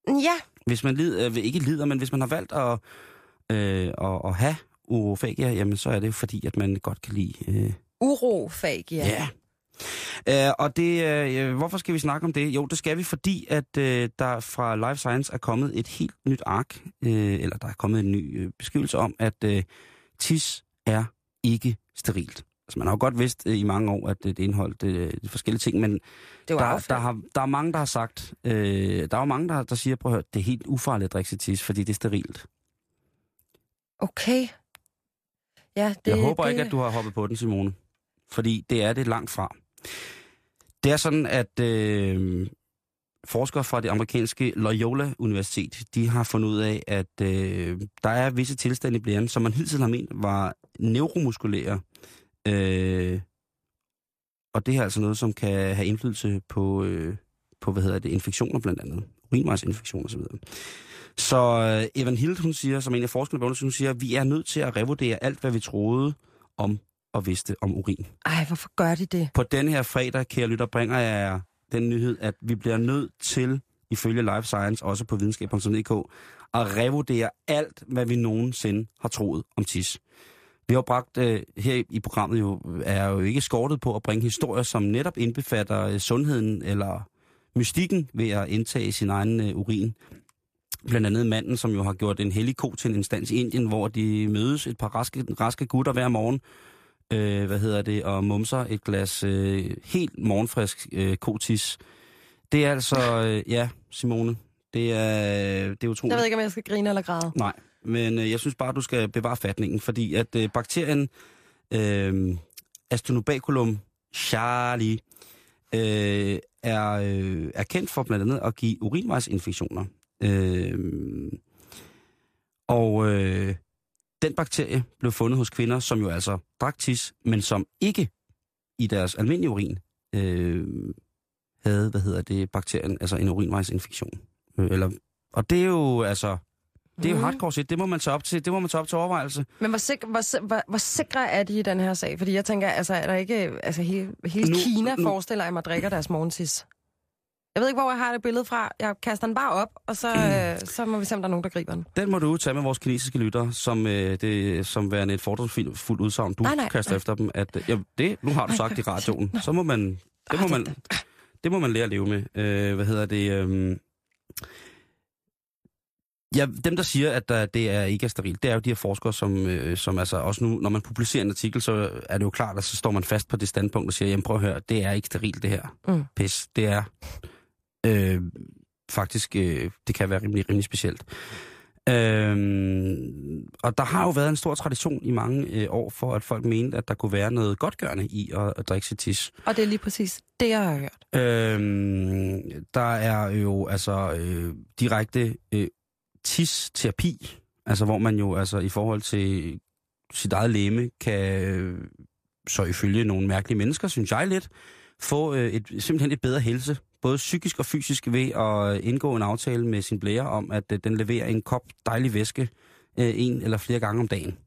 Ja.
Hvis man ikke lider, men hvis man har valgt at have urofagia, jamen så er det jo fordi, at man godt kan lide...
Urofagia.
Ja. Og det, hvorfor skal vi snakke om det? Jo, det skal vi, fordi at der fra Life Science er kommet et helt nyt ark, eller der er kommet en ny beskrivelse om, at tis er ikke sterilt. Altså man har jo godt vidst i mange år, at det indeholdt forskellige ting, men der er mange, der har sagt, der er jo mange, der siger, prøv at høre, det er helt ufarligt at drikke tis, fordi det er sterilt.
Okay. Ja,
jeg håber ikke, at du har hoppet på den, Simone. Fordi det er det langt fra. Det er sådan, at forskere fra det amerikanske Loyola Universitet, de har fundet ud af, at der er visse tilstande i blæren, som man hidtil har ment var neuromuskulære. Og det er altså noget, som kan have indflydelse på infektioner blandt andet. Urinvejsinfektioner osv. Så Evan Hild, hun siger, som en af forskerne på hun siger, at vi er nødt til at revurdere alt, hvad vi troede om og vidste om urin.
Ej, hvorfor gør de det?
På den her fredag, kære lytter, bringer jeg den nyhed, at vi bliver nødt til, ifølge Life Science, også på videnskab.dk, at revurdere alt, hvad vi nogensinde har troet om tis. Vi har bragt her i programmet er jo ikke skortet på at bringe historier, som netop indbefatter sundheden eller mystikken ved at indtage sin egen urin. Blandt andet manden, som jo har gjort en hellig ko til en instans i Indien, hvor de mødes et par raske gutter hver morgen, og mumser et glas helt morgenfrisk kotis. Det er altså, Simone, det er utroligt.
Jeg ved ikke, om jeg skal grine eller græde.
Nej, men jeg synes bare, du skal bevare fatningen, fordi at bakterien Acinetobacillum charlie er kendt for blandt andet at give urinvejsinfektioner. Den bakterie blev fundet hos kvinder, som jo altså drak tis, men som ikke i deres almindelige urin havde, bakterien, altså en urinvejsinfektion. Og det er jo altså, det er jo hardcore set. Det må man tage op til overvejelse. Men
hvor sikre er de i den her sag? Fordi jeg tænker, altså er der ikke, altså hele Kina forestiller jeg mig, drikker deres morgentis. Jeg ved ikke, hvor jeg har det billede fra. Jeg kaster den bare op, og så må vi se, om der er nogen, der griber den. Den må du tage med vores kinesiske lyttere, som værende et fordomsfuldt udsagn. Du kaster efter dem. Nu har du sagt i radioen. Så må man... Det må man lære at leve med. Dem, der siger, at det er ikke er sterilt, det er jo de her forskere, som altså også nu, når man publicerer en artikel, så er det jo klart, at så står man fast på det standpunkt og siger, jamen prøv at høre, det er ikke sterilt det her. Pis. Det er faktisk, det kan være rimelig specielt. Og der har jo været en stor tradition i mange år for, at folk mente, at der kunne være noget godtgørende i at drikke sig tis. Og det er lige præcis det, jeg har hørt. Der er jo altså direkte tis-terapi, altså hvor man jo altså i forhold til sit eget legeme kan, så ifølge nogle mærkelige mennesker, synes jeg lidt, få simpelthen et bedre helse, både psykisk og fysisk, ved at indgå en aftale med sin blære om, at den leverer en kop dejlig væske en eller flere gange om dagen.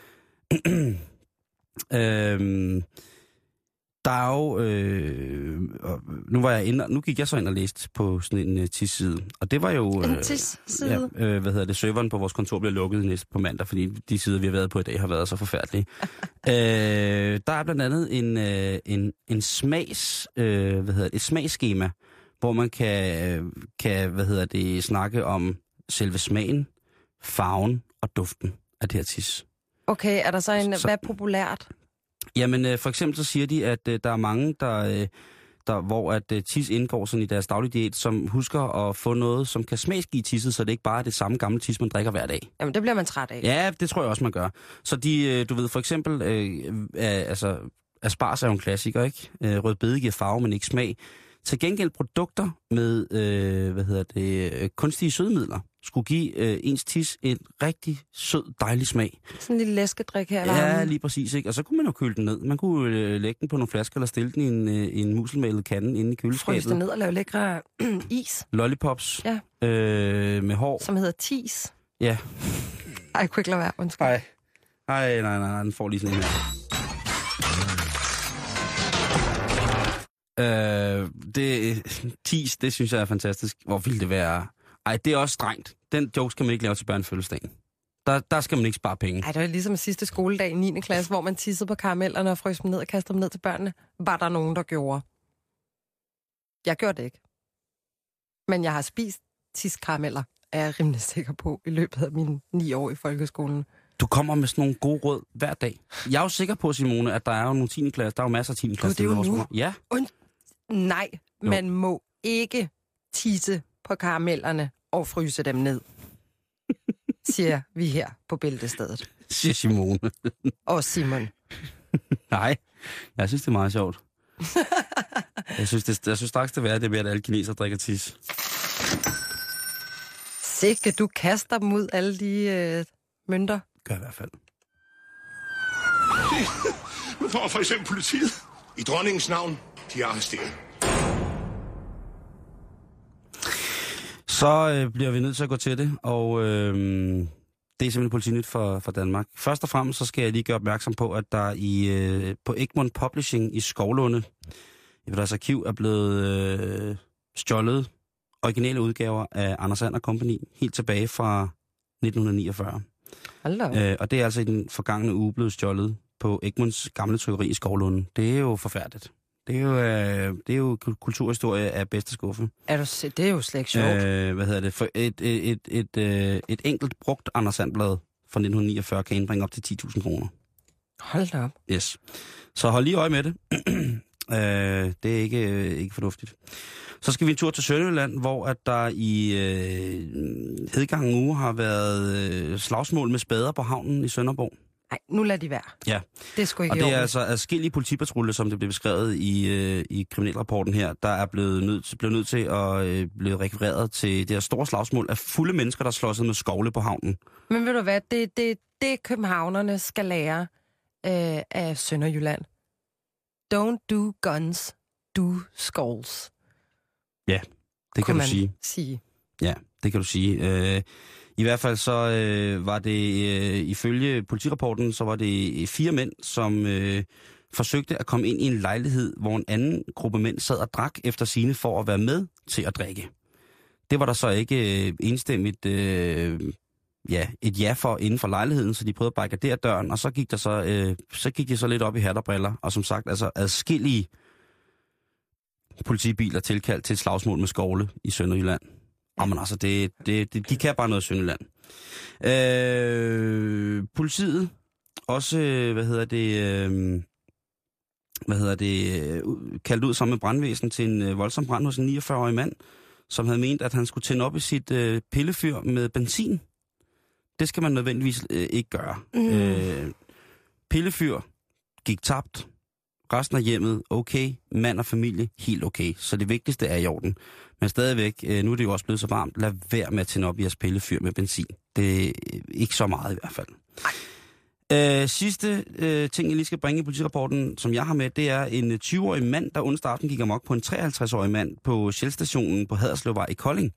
Der er jo... nu gik jeg så ind og læste på sådan en tis-side, og det var jo... En tis-side?
Serveren på vores kontor bliver lukket næste på mandag, fordi de sider, vi har været på i dag, har været så forfærdelige. Der er blandt andet en smags... et smagsskema, hvor man kan snakke om selve smagen, farven og duften af det her tis. Okay, er der så hvad er populært? Jamen, for eksempel så siger de, at der er mange, hvor at tis indgår sådan i deres daglige diæt, som husker at få noget, som kan smagsgive tisset, så det ikke bare er det samme gamle tis, man drikker hver dag. Jamen, det bliver man træt af. Ja, det tror jeg også, man gør. Så du ved, for eksempel, asparges er jo en klassiker, ikke? Rødbede giver farve, men ikke smag. Til gengæld produkter med, kunstige sødemidler skulle give ens tis en rigtig sød, dejlig smag. Sådan en lille læskedrik her. Ja, lige præcis, ikke? Og så kunne man jo køle den ned. Man kunne lægge den på nogle flasker, eller stille den i en muselmalet kande inde i køleskabet. Fryse den ned og lave lækre is. Lollipops. Ja. Med hår. Som hedder tis. Ja. Ej, jeg kunne ikke lade være, undskyld. Nej, den får lige sådan en her. Tis, det synes jeg er fantastisk. Hvor ville det være... Ej, det er også strengt. Den joke skal man ikke lave til børnefødselsdagen. Der skal man ikke spare penge.
Ej, det var ligesom sidste skoledag i 9. klasse, hvor man tissede på karamellerne og frøs dem ned og kastede dem ned til børnene. Var der nogen, der gjorde? Jeg gjorde det ikke. Men jeg har spist tiskarameller, er jeg rimelig sikker på, i løbet af mine 9 år i folkeskolen.
Du kommer med sådan nogle gode råd hver dag. Jeg er jo sikker på, Simone, at der er jo nogle 10. klasse. Der er jo masser af 10. klasse.
Det er jo nu.
Ja.
Nej,
Jo.
man må ikke tisse på karamellerne og fryse dem ned, siger vi her på Bæltestedet.
Siger Simone.
Og Simon.
Nej, jeg synes, det er meget sjovt. Jeg synes straks, det er ved, at alle kinesere drikker tis.
Sikke, du kaster dem ud, alle de mønter.
Gør i hvert fald.
For eksempel politiet. I dronningens navn, de er arresteret.
Så bliver vi nødt til at gå til det, og det er simpelthen Politinyt for Danmark. Først og fremmest så skal jeg lige gøre opmærksom på, at der på Egmont Publishing i Skovlunde, i deres arkiv, er blevet stjålet originale udgaver af Anders And & Company, helt tilbage fra 1949. Og det er altså i den forgangne uge blevet stjålet på Egmonts gamle trykkeri i Skovlunde. Det er jo forfærdeligt. Det er jo kulturhistorie af bedste skuffe.
Det er jo slet ikke sjovt.
For et enkelt brugt Anders And-blad fra 1949 kan indbringe op til 10.000 kroner.
Hold da op.
Yes. Så hold lige øje med det. Det er ikke fornuftigt. Så skal vi en tur til Sønderjylland, hvor at der i hedgangen uge har været slagsmål med spader på havnen i Sønderborg.
Nej, nu lad de være.
Ja.
Det er sgu ikke
og det er
ordentligt.
altså adskillige politipatruljer, som det blev beskrevet i kriminalrapporten her, der er blevet nødt til at blive rekvireret til det her store slagsmål af fulde mennesker, der slåsede med skovle på havnen.
Men ved du hvad, det københavnerne skal lære af Sønderjylland. Don't do guns, do skulls.
Ja, det kan du
sige.
Ja, det kan du sige. I hvert fald så var det, ifølge politirapporten, så var det 4 mænd, som forsøgte at komme ind i en lejlighed, hvor en anden gruppe mænd sad og drak efter sigende for at være med til at drikke. Det var der så ikke enstemmigt et ja for inden for lejligheden, så de prøvede at barrikadere døren, og så gik de så lidt op i hat og briller, og som sagt, altså adskillige politibiler tilkaldt til et slagsmål med skovle i Sønderjylland. Men altså, de kan bare noget i Sønderjylland. Politiet også, kaldt ud sammen med brandvæsen til en voldsom brand hos en 49-årig mand, som havde ment, at han skulle tænde op i sit pillefyr med benzin. Det skal man nødvendigvis ikke gøre. Pillefyr gik tabt. Resten af hjemmet, okay. Mand og familie, helt okay. Så det vigtigste er i orden. Men stadigvæk, nu er det jo også blevet så varmt, lad være med at tænde op i jeres pillefyr med benzin. Det er ikke så meget i hvert fald. Sidste ting, jeg lige skal bringe i politirapporten, som jeg har med, det er en 20-årig mand, der onsdag aften gik amok på en 53-årig mand på Shell-stationen på Haderslevvej i Kolding.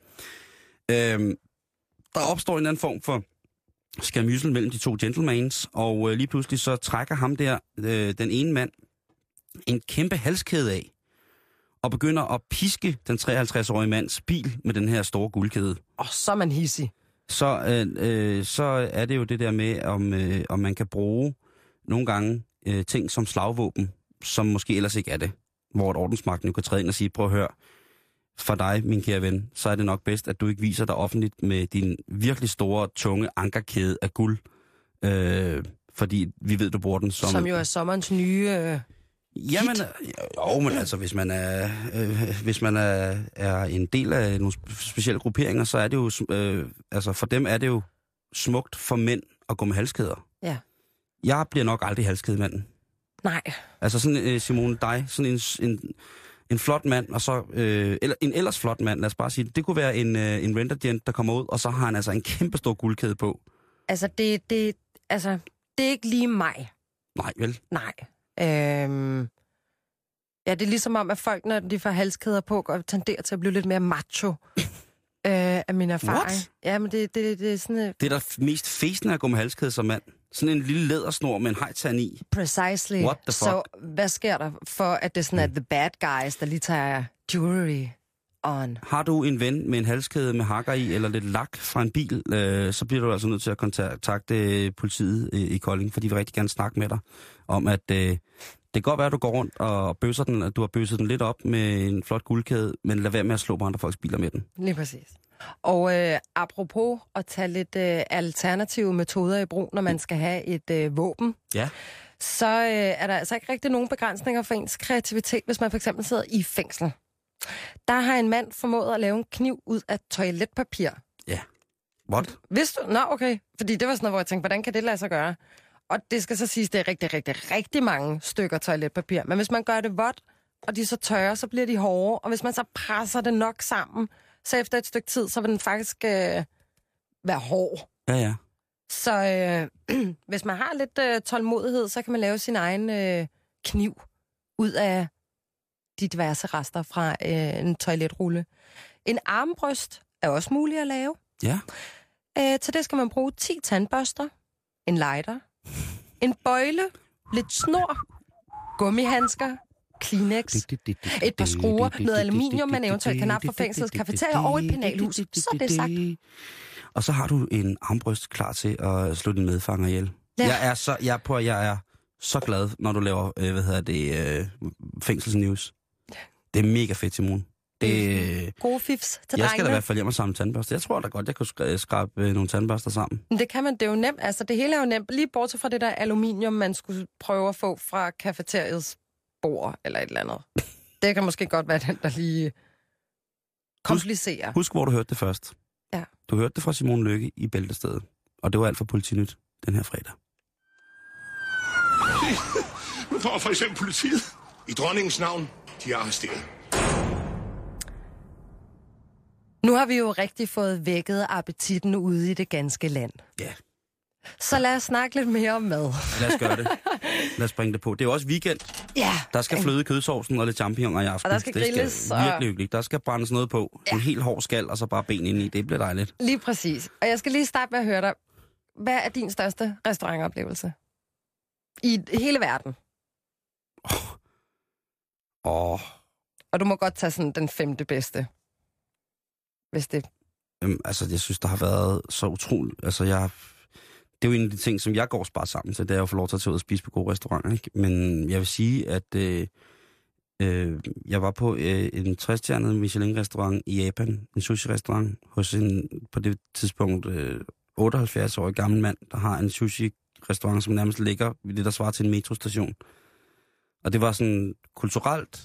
Der opstår en anden form for skærmydsel mellem de to gentlemans, og lige pludselig så trækker ham der, den ene mand, en kæmpe halskæde af, og begynder at piske den 53-årige mands bil med den her store guldkæde.
Så er man hissig.
Så er det jo det der med, om man kan bruge nogle gange ting som slagvåben, som måske ellers ikke er det. Hvor et ordensmagten jo kan træde ind og sige, prøv at høre, for dig, min kære ven, så er det nok bedst, at du ikke viser dig offentligt med din virkelig store, tunge ankerkæde af guld. Fordi vi ved, du bruger den som...
Som jo er sommerens nye...
Jamen, men altså, hvis man er en del af nogle specielle grupperinger, så er det jo, altså for dem er det jo smukt for mænd at gå med halskæder.
Ja.
Jeg bliver nok aldrig halskædemanden.
Nej.
Altså sådan, Simone, dig, sådan en flot mand, og så, eller en ellers flot mand, lad os bare sige, det kunne være en rentergent, der kommer ud, og så har han altså en kæmpe stor guldkæde på.
Altså, det er ikke lige mig.
Nej, vel?
Nej. Ja, det er ligesom om, at folk, når de får halskæder på, går tenderer til at blive lidt mere macho af min erfaring.
What?
Ja, men det er sådan...
Det er der mest fæsende at gå med halskæde som mand. Sådan en lille lædersnor med en hejtand i.
Precisely.
What the fuck?
Så hvad sker der for, at det sådan er the bad guys, der lige tager jewelry on.
Har du en ven med en halskæde med hakker i, eller lidt lak fra en bil, så bliver du altså nødt til at kontakte politiet i Kolding, for de vil rigtig gerne snakke med dig om, at det kan godt være, at du går rundt og bøsser den, at du har bøsset den lidt op med en flot guldkæde, men lad være med at slå på andre folks biler med den.
Lige præcis. Og apropos at tage lidt alternative metoder i brug, når man skal have et våben,
ja,
så er der altså ikke rigtig nogen begrænsninger for ens kreativitet, hvis man for eksempel sidder i fængsel. Der har en mand formået at lave en kniv ud af toiletpapir.
Ja. What?
Vidste du? Nå, okay. Fordi det var sådan noget, hvor jeg tænkte, hvordan kan det lade sig gøre? Og det skal så siges, det er rigtig mange stykker toiletpapir. Men hvis man gør det vådt, og de så tørre, så bliver de hårde. Og hvis man så presser det nok sammen, så efter et stykke tid, så vil den faktisk være hård.
Ja, ja.
Så hvis man har lidt tålmodighed, så kan man lave sin egen kniv ud af de diverse rester fra en toiletrulle. En armbryst er også muligt at lave.
Ja.
Til det skal man bruge 10 tandbørster, en lighter, en bøjle, lidt snor, gummihandsker, Kleenex, et par skruer, noget aluminium, man eventuelt kan nappe fra fængslets kafeteria og et penalhus. Så det er sagt.
Og så har du en armbrøst klar til at slå din medfanger ihjel. Ja. Jeg er så glad, når du laver, fængselsnews. Det er mega fedt, Simone.
Gode fifs til drengene.
Jeg skal da i hvert fald hjem og samle tandbørster. Jeg tror da godt, jeg kunne skrabe nogle tandbørster sammen.
Det kan man, det er jo nemt. Altså, det hele er jo nemt. Lige bortset fra det der aluminium, man skulle prøve at få fra kafeteriets bord eller et eller andet. Det kan måske godt være den, der lige komplicerer.
Husk, hvor du hørte det først.
Ja.
Du hørte det fra Simone Lykke i Bæltestedet. Og det var alt for Politinyt den her fredag.
Nu får for eksempel politiet i dronningens navn, de er arresteret.
Nu har vi jo rigtig fået vækket appetitten ude i det ganske land.
Ja.
Så lad os snakke lidt mere om mad.
Lad os gøre det. Lad os bringe det på. Det er jo også weekend.
Ja.
Der skal fløde kødsovsen og lidt champignoner i aften.
Og der skal grilles.
Det skal virkelig hyggeligt. Der skal brændes noget på. Ja. En helt hård skal, og så bare ben ind i. Det bliver dejligt.
Lige præcis. Og jeg skal lige starte med at høre dig. Hvad er din største restaurantoplevelse? I hele verden? Og du må godt tage sådan den 5. bedste. Hvis det...
Altså, jeg synes, der har været så utroligt... Altså, det er jo en af de ting, som jeg går og sparer sammen til, det er at få lov til at tage ud og spise på gode restauranter, ikke? Men jeg vil sige, at jeg var på en 3-stjernet Michelin-restaurant i Japan, en sushi-restaurant, hos en, på det tidspunkt, 78-årig gammel mand, der har en sushi-restaurant, som nærmest ligger ved det, der svarer til en metrostation. Og det var sådan kulturelt,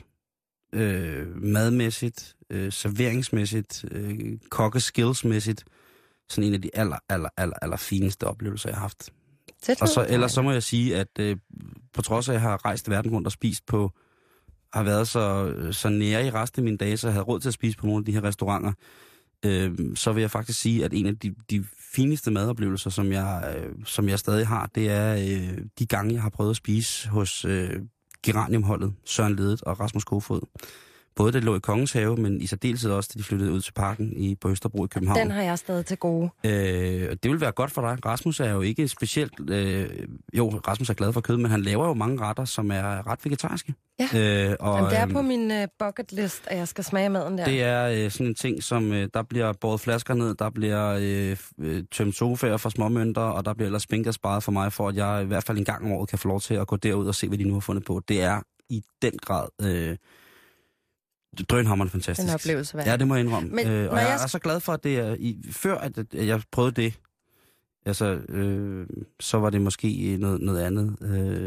madmæssigt, serveringsmæssigt, kokkeskillsmæssigt, sådan en af de aller fineste oplevelser, jeg har haft. Og så, ellers så må jeg sige, at på trods af, at jeg har rejst verden rundt og spist på, har været så nære i resten af mine dage, så jeg havde råd til at spise på nogle af de her restauranter, så vil jeg faktisk sige, at en af de fineste madoplevelser, som jeg stadig har, det er de gange, jeg har prøvet at spise hos Geraniumholdet, Søren Ledet og Rasmus Kofod. Både det lå i Kongens Have, men i særdeleshed også, da de flyttede ud til parken på Østerbro i København.
Den har jeg stadig til gode.
Det vil være godt for dig. Rasmus er jo ikke specielt... Rasmus er glad for kød, men han laver jo mange retter, som er ret vegetariske.
Ja, men det er på min bucket list, at jeg skal smage maden der.
Det er sådan en ting, som der bliver båret flasker ned, der bliver tømt sofaer for småmønter, og der bliver ellers spinket sparet for mig, for at jeg i hvert fald en gang om året kan få lov til at gå derud og se, hvad de nu har fundet på. Det er i den grad... drønhammerende fantastisk.
En oplevelse værd.
Ja, det må jeg indrømme.
Men,
og jeg er så glad for, at det er... Før at jeg prøvede det, altså, så var det måske noget andet.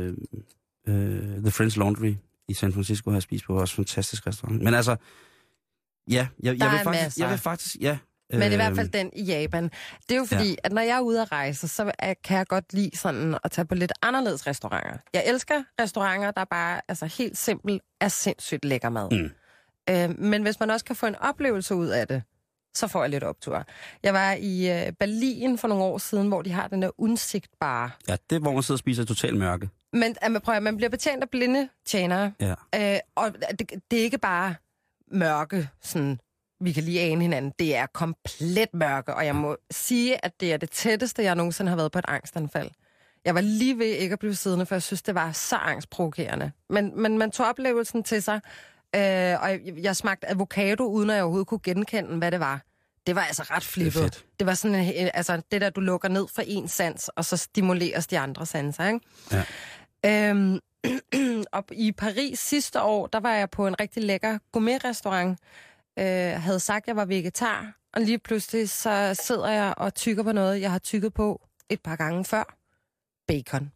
The French Laundry i San Francisco har jeg spist på, også fantastisk restaurant. Men altså, ja, jeg vil faktisk, ja.
Men det er i hvert fald den i Japan. Det er jo fordi, at når jeg er ude at rejse, så kan jeg godt lide sådan at tage på lidt anderledes restauranter. Jeg elsker restauranter, der bare altså helt simpelt er sindssygt lækker mad. Mm. Men hvis man også kan få en oplevelse ud af det, så får jeg lidt optur. Jeg var i Berlin for nogle år siden, hvor de har den der unsigtbare.
Ja, det er, hvor man sidder og spiser totalt mørke.
Men man bliver betjent af blinde tjenere. Ja. Og det er ikke bare mørke, sådan vi kan lige ane hinanden. Det er komplet mørke, og jeg må sige, at det er det tætteste, jeg nogensinde har været på et angstanfald. Jeg var lige ved ikke at blive siddende, for jeg synes, det var så angstprovokerende. Men man tog oplevelsen til sig. Og jeg smagte avocado, uden at jeg overhovedet kunne genkende, hvad det var. Det var altså ret flippet. Det var sådan, altså det der, du lukker ned for en sans, og så stimuleres de andre sanser, ikke? Ja. Og i Paris sidste år, der var jeg på en rigtig lækker gourmet-restaurant. Havde sagt, at jeg var vegetar, og lige pludselig så sidder jeg og tykker på noget, jeg har tykket på et par gange før. Bacon.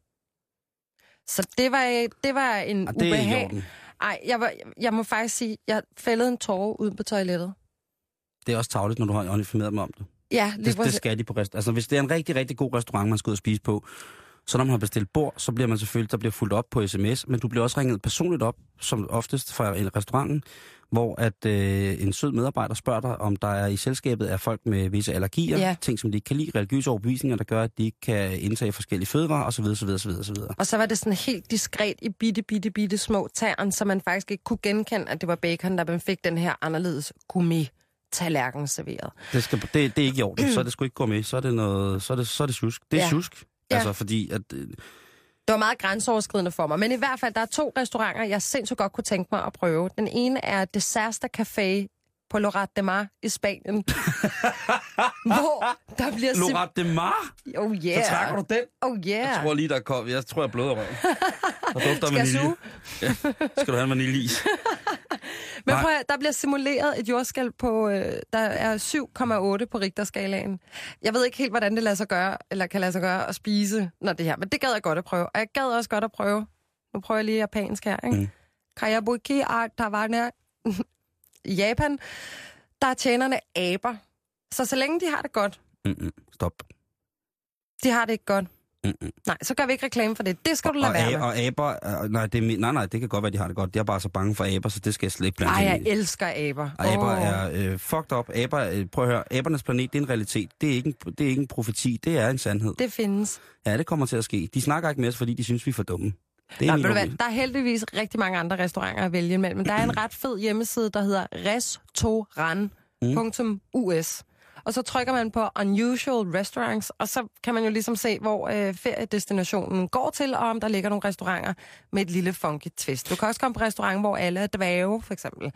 Så det var en ubehag. Ej, jeg må faktisk sige, jeg fældede en tåre ud på toilettet. Det
er også tarveligt, når du har informeret mig om det.
Ja,
det skal de på restaurant. Altså, hvis det er en rigtig, rigtig god restaurant, man skal ud og spise på, så når man har bestilt bord, så bliver man selvfølgelig, der bliver fulgt op på sms, men du bliver også ringet personligt op, som oftest fra en restauranten, hvor at en sød medarbejder spørger dig, om der er i selskabet er folk med visse allergier, ting, som de ikke kan lide, religiøse overbevisninger, der gør, at de ikke kan indtage forskellige fødevarer, osv.
Og så var det sådan helt diskret i bitte små tern, så man faktisk ikke kunne genkende, at det var bacon, der man fik den her anderledes gourmet-tallerken serveret.
Det er ikke i orden, så er det sgu ikke gourmet, så er det noget, så er det sjusk. Det er sjusk, altså fordi at...
Det var meget grænseoverskridende for mig. Men i hvert fald, der er 2 restauranter, jeg sindssygt godt kunne tænke mig at prøve. Den ene er Deserta Café på Lloret de Mar i Spanien. Hvor der bliver...
Lloret de Mar?
Oh yeah.
Så trækker du den?
Oh yeah.
Jeg tror lige, der kom. Jeg tror, jeg bløder røven. Der dufter af vanilje. Ja. Skal du have en vaniljeis?
Men prøv at, der bliver simuleret et jordskælv på, der er 7,8 på Richterskalaen. Jeg ved ikke helt, hvordan det lader sig gøre, eller kan lade sig gøre at spise, når det her. Men det gad jeg godt at prøve. Og jeg gad også godt at prøve. Nu prøver jeg lige japansk her, ikke? Kayabuki Tawana. I Japan, der er tjenerne aber. Så længe de har det godt.
Stop.
De har det ikke godt. Nej, så gør vi ikke reklame for det. Det skal du lade være med.
Og aber, nej, det kan godt være, de har det godt. De er bare så bange for aber, så det skal jeg slet ikke blande
ind i. Jeg elsker aber.
Aber er fucked up. Prøv at høre, abernes planet, det er en realitet. Det er ikke en profeti, det er en sandhed.
Det findes.
Ja, det kommer til at ske. De snakker ikke med os, fordi de synes, vi er for dumme.
Der er heldigvis rigtig mange andre restauranter at vælge imellem, men der er en ret fed hjemmeside, der hedder restaurant.us. Og så trykker man på Unusual Restaurants, og så kan man jo ligesom se, hvor feriedestinationen går til, og om der ligger nogle restauranter med et lille funky twist. Du kan også komme på restaurant, hvor alle er dvæve, for eksempel.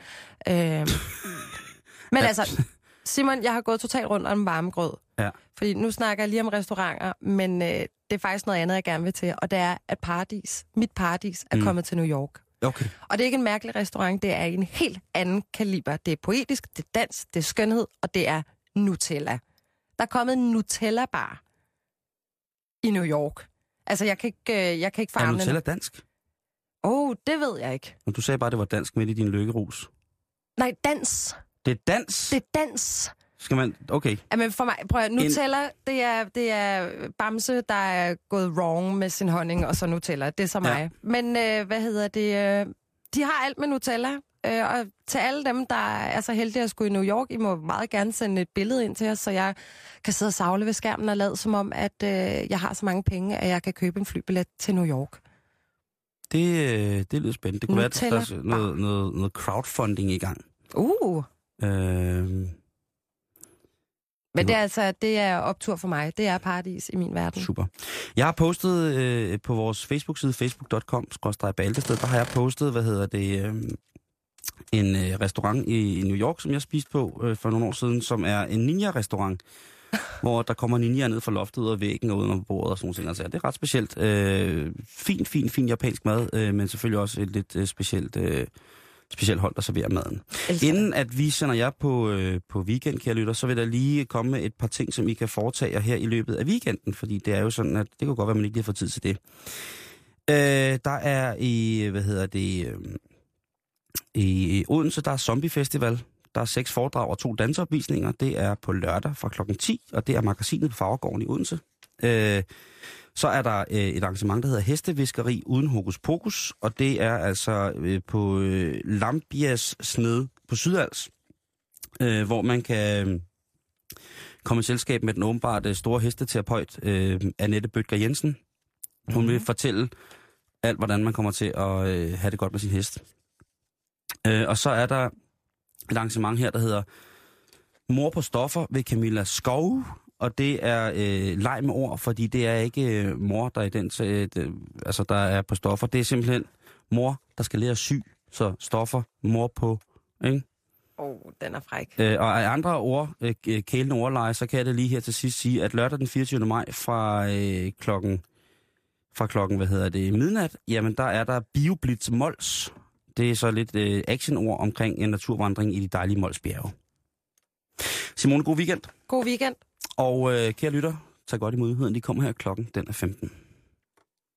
Men altså, Simon, jeg har gået totalt rundt om varmegrød. Ja. Fordi nu snakker jeg lige om restauranter, men det er faktisk noget andet, jeg gerne vil til, og det er, at mit paradis er kommet til New York.
Okay.
Og det er ikke en mærkelig restaurant, det er en helt anden kaliber. Det er poetisk, det er dans, det er skønhed, og det er Nutella. Der er kommet en Nutella-bar i New York. Altså, jeg kan ikke forarme.
Er Nutella dansk?
Det ved jeg ikke.
Men du sagde bare, det var dansk midt i din lykkerus.
Nej, dans.
Det er dans?
Det er dans.
Skal man... Okay.
Jamen for mig, prøv at Nutella, det er Bamse, der er gået wrong med sin honning, og så Nutella. Det er så mig. Men de har alt med Nutella. Og til alle dem, der er så heldige at skulle i New York, I må meget gerne sende et billede ind til os, så jeg kan sidde og savle ved skærmen og lade som om, at jeg har så mange penge, at jeg kan købe en flybillet til New York.
Det lyder spændende. Det kunne være, at der er noget crowdfunding i gang. Men
det er optur for mig. Det er paradis i min verden.
Super. Jeg har postet på vores Facebook-side, facebook.com/Baltested, der har jeg postet, en restaurant i New York, som jeg spiste på for nogle år siden, som er en ninja-restaurant, hvor der kommer ninjaer ned fra loftet ud af væggen og ud under bordet og sådan nogle ting. Altså, det er ret specielt. Fin japansk mad, men selvfølgelig også et lidt specielt hold, der serverer maden. Inden at vi sender jer på weekend, kære lytter, så vil der lige komme med et par ting, som I kan foretage jer her i løbet af weekenden, fordi det er jo sådan, at det kan godt være, at man ikke lige har fået tid til det. Der er i Odense, der er Zombie Festival. Der er 6 foredrag og 2 danseopvisninger. Det er på lørdag fra klokken 10, og det er magasinet på Farvergården i Odense. Så er der et arrangement, der hedder Hesteviskeri uden hokus pokus, og det er altså på Lambias Snede på Sydals, hvor man kan komme i selskab med den åbenbart store hesteterapeut, Annette Bødger Jensen. Hun vil fortælle alt, hvordan man kommer til at have det godt med sin hest. Og så er der et arrangement her, der hedder Mor på stoffer ved Camilla Skov, og det er leg med ord, fordi det er ikke mor, der er der er på stoffer. Det er simpelthen mor, der skal lære at sy Så stoffer, mor på, ikke?
Den er fræk.
Og af andre ord, kælende ordleje, så kan jeg det lige her til sidst sige, at lørdag den 24. maj fra klokken midnat, jamen der er der Bioblitz Mols. Det er så lidt actionord omkring en naturvandring i de dejlige Molsbjerge. Simone, god weekend.
God weekend.
Og kære lytter, tag godt imod nyheden. De kommer her klokken, den er 15.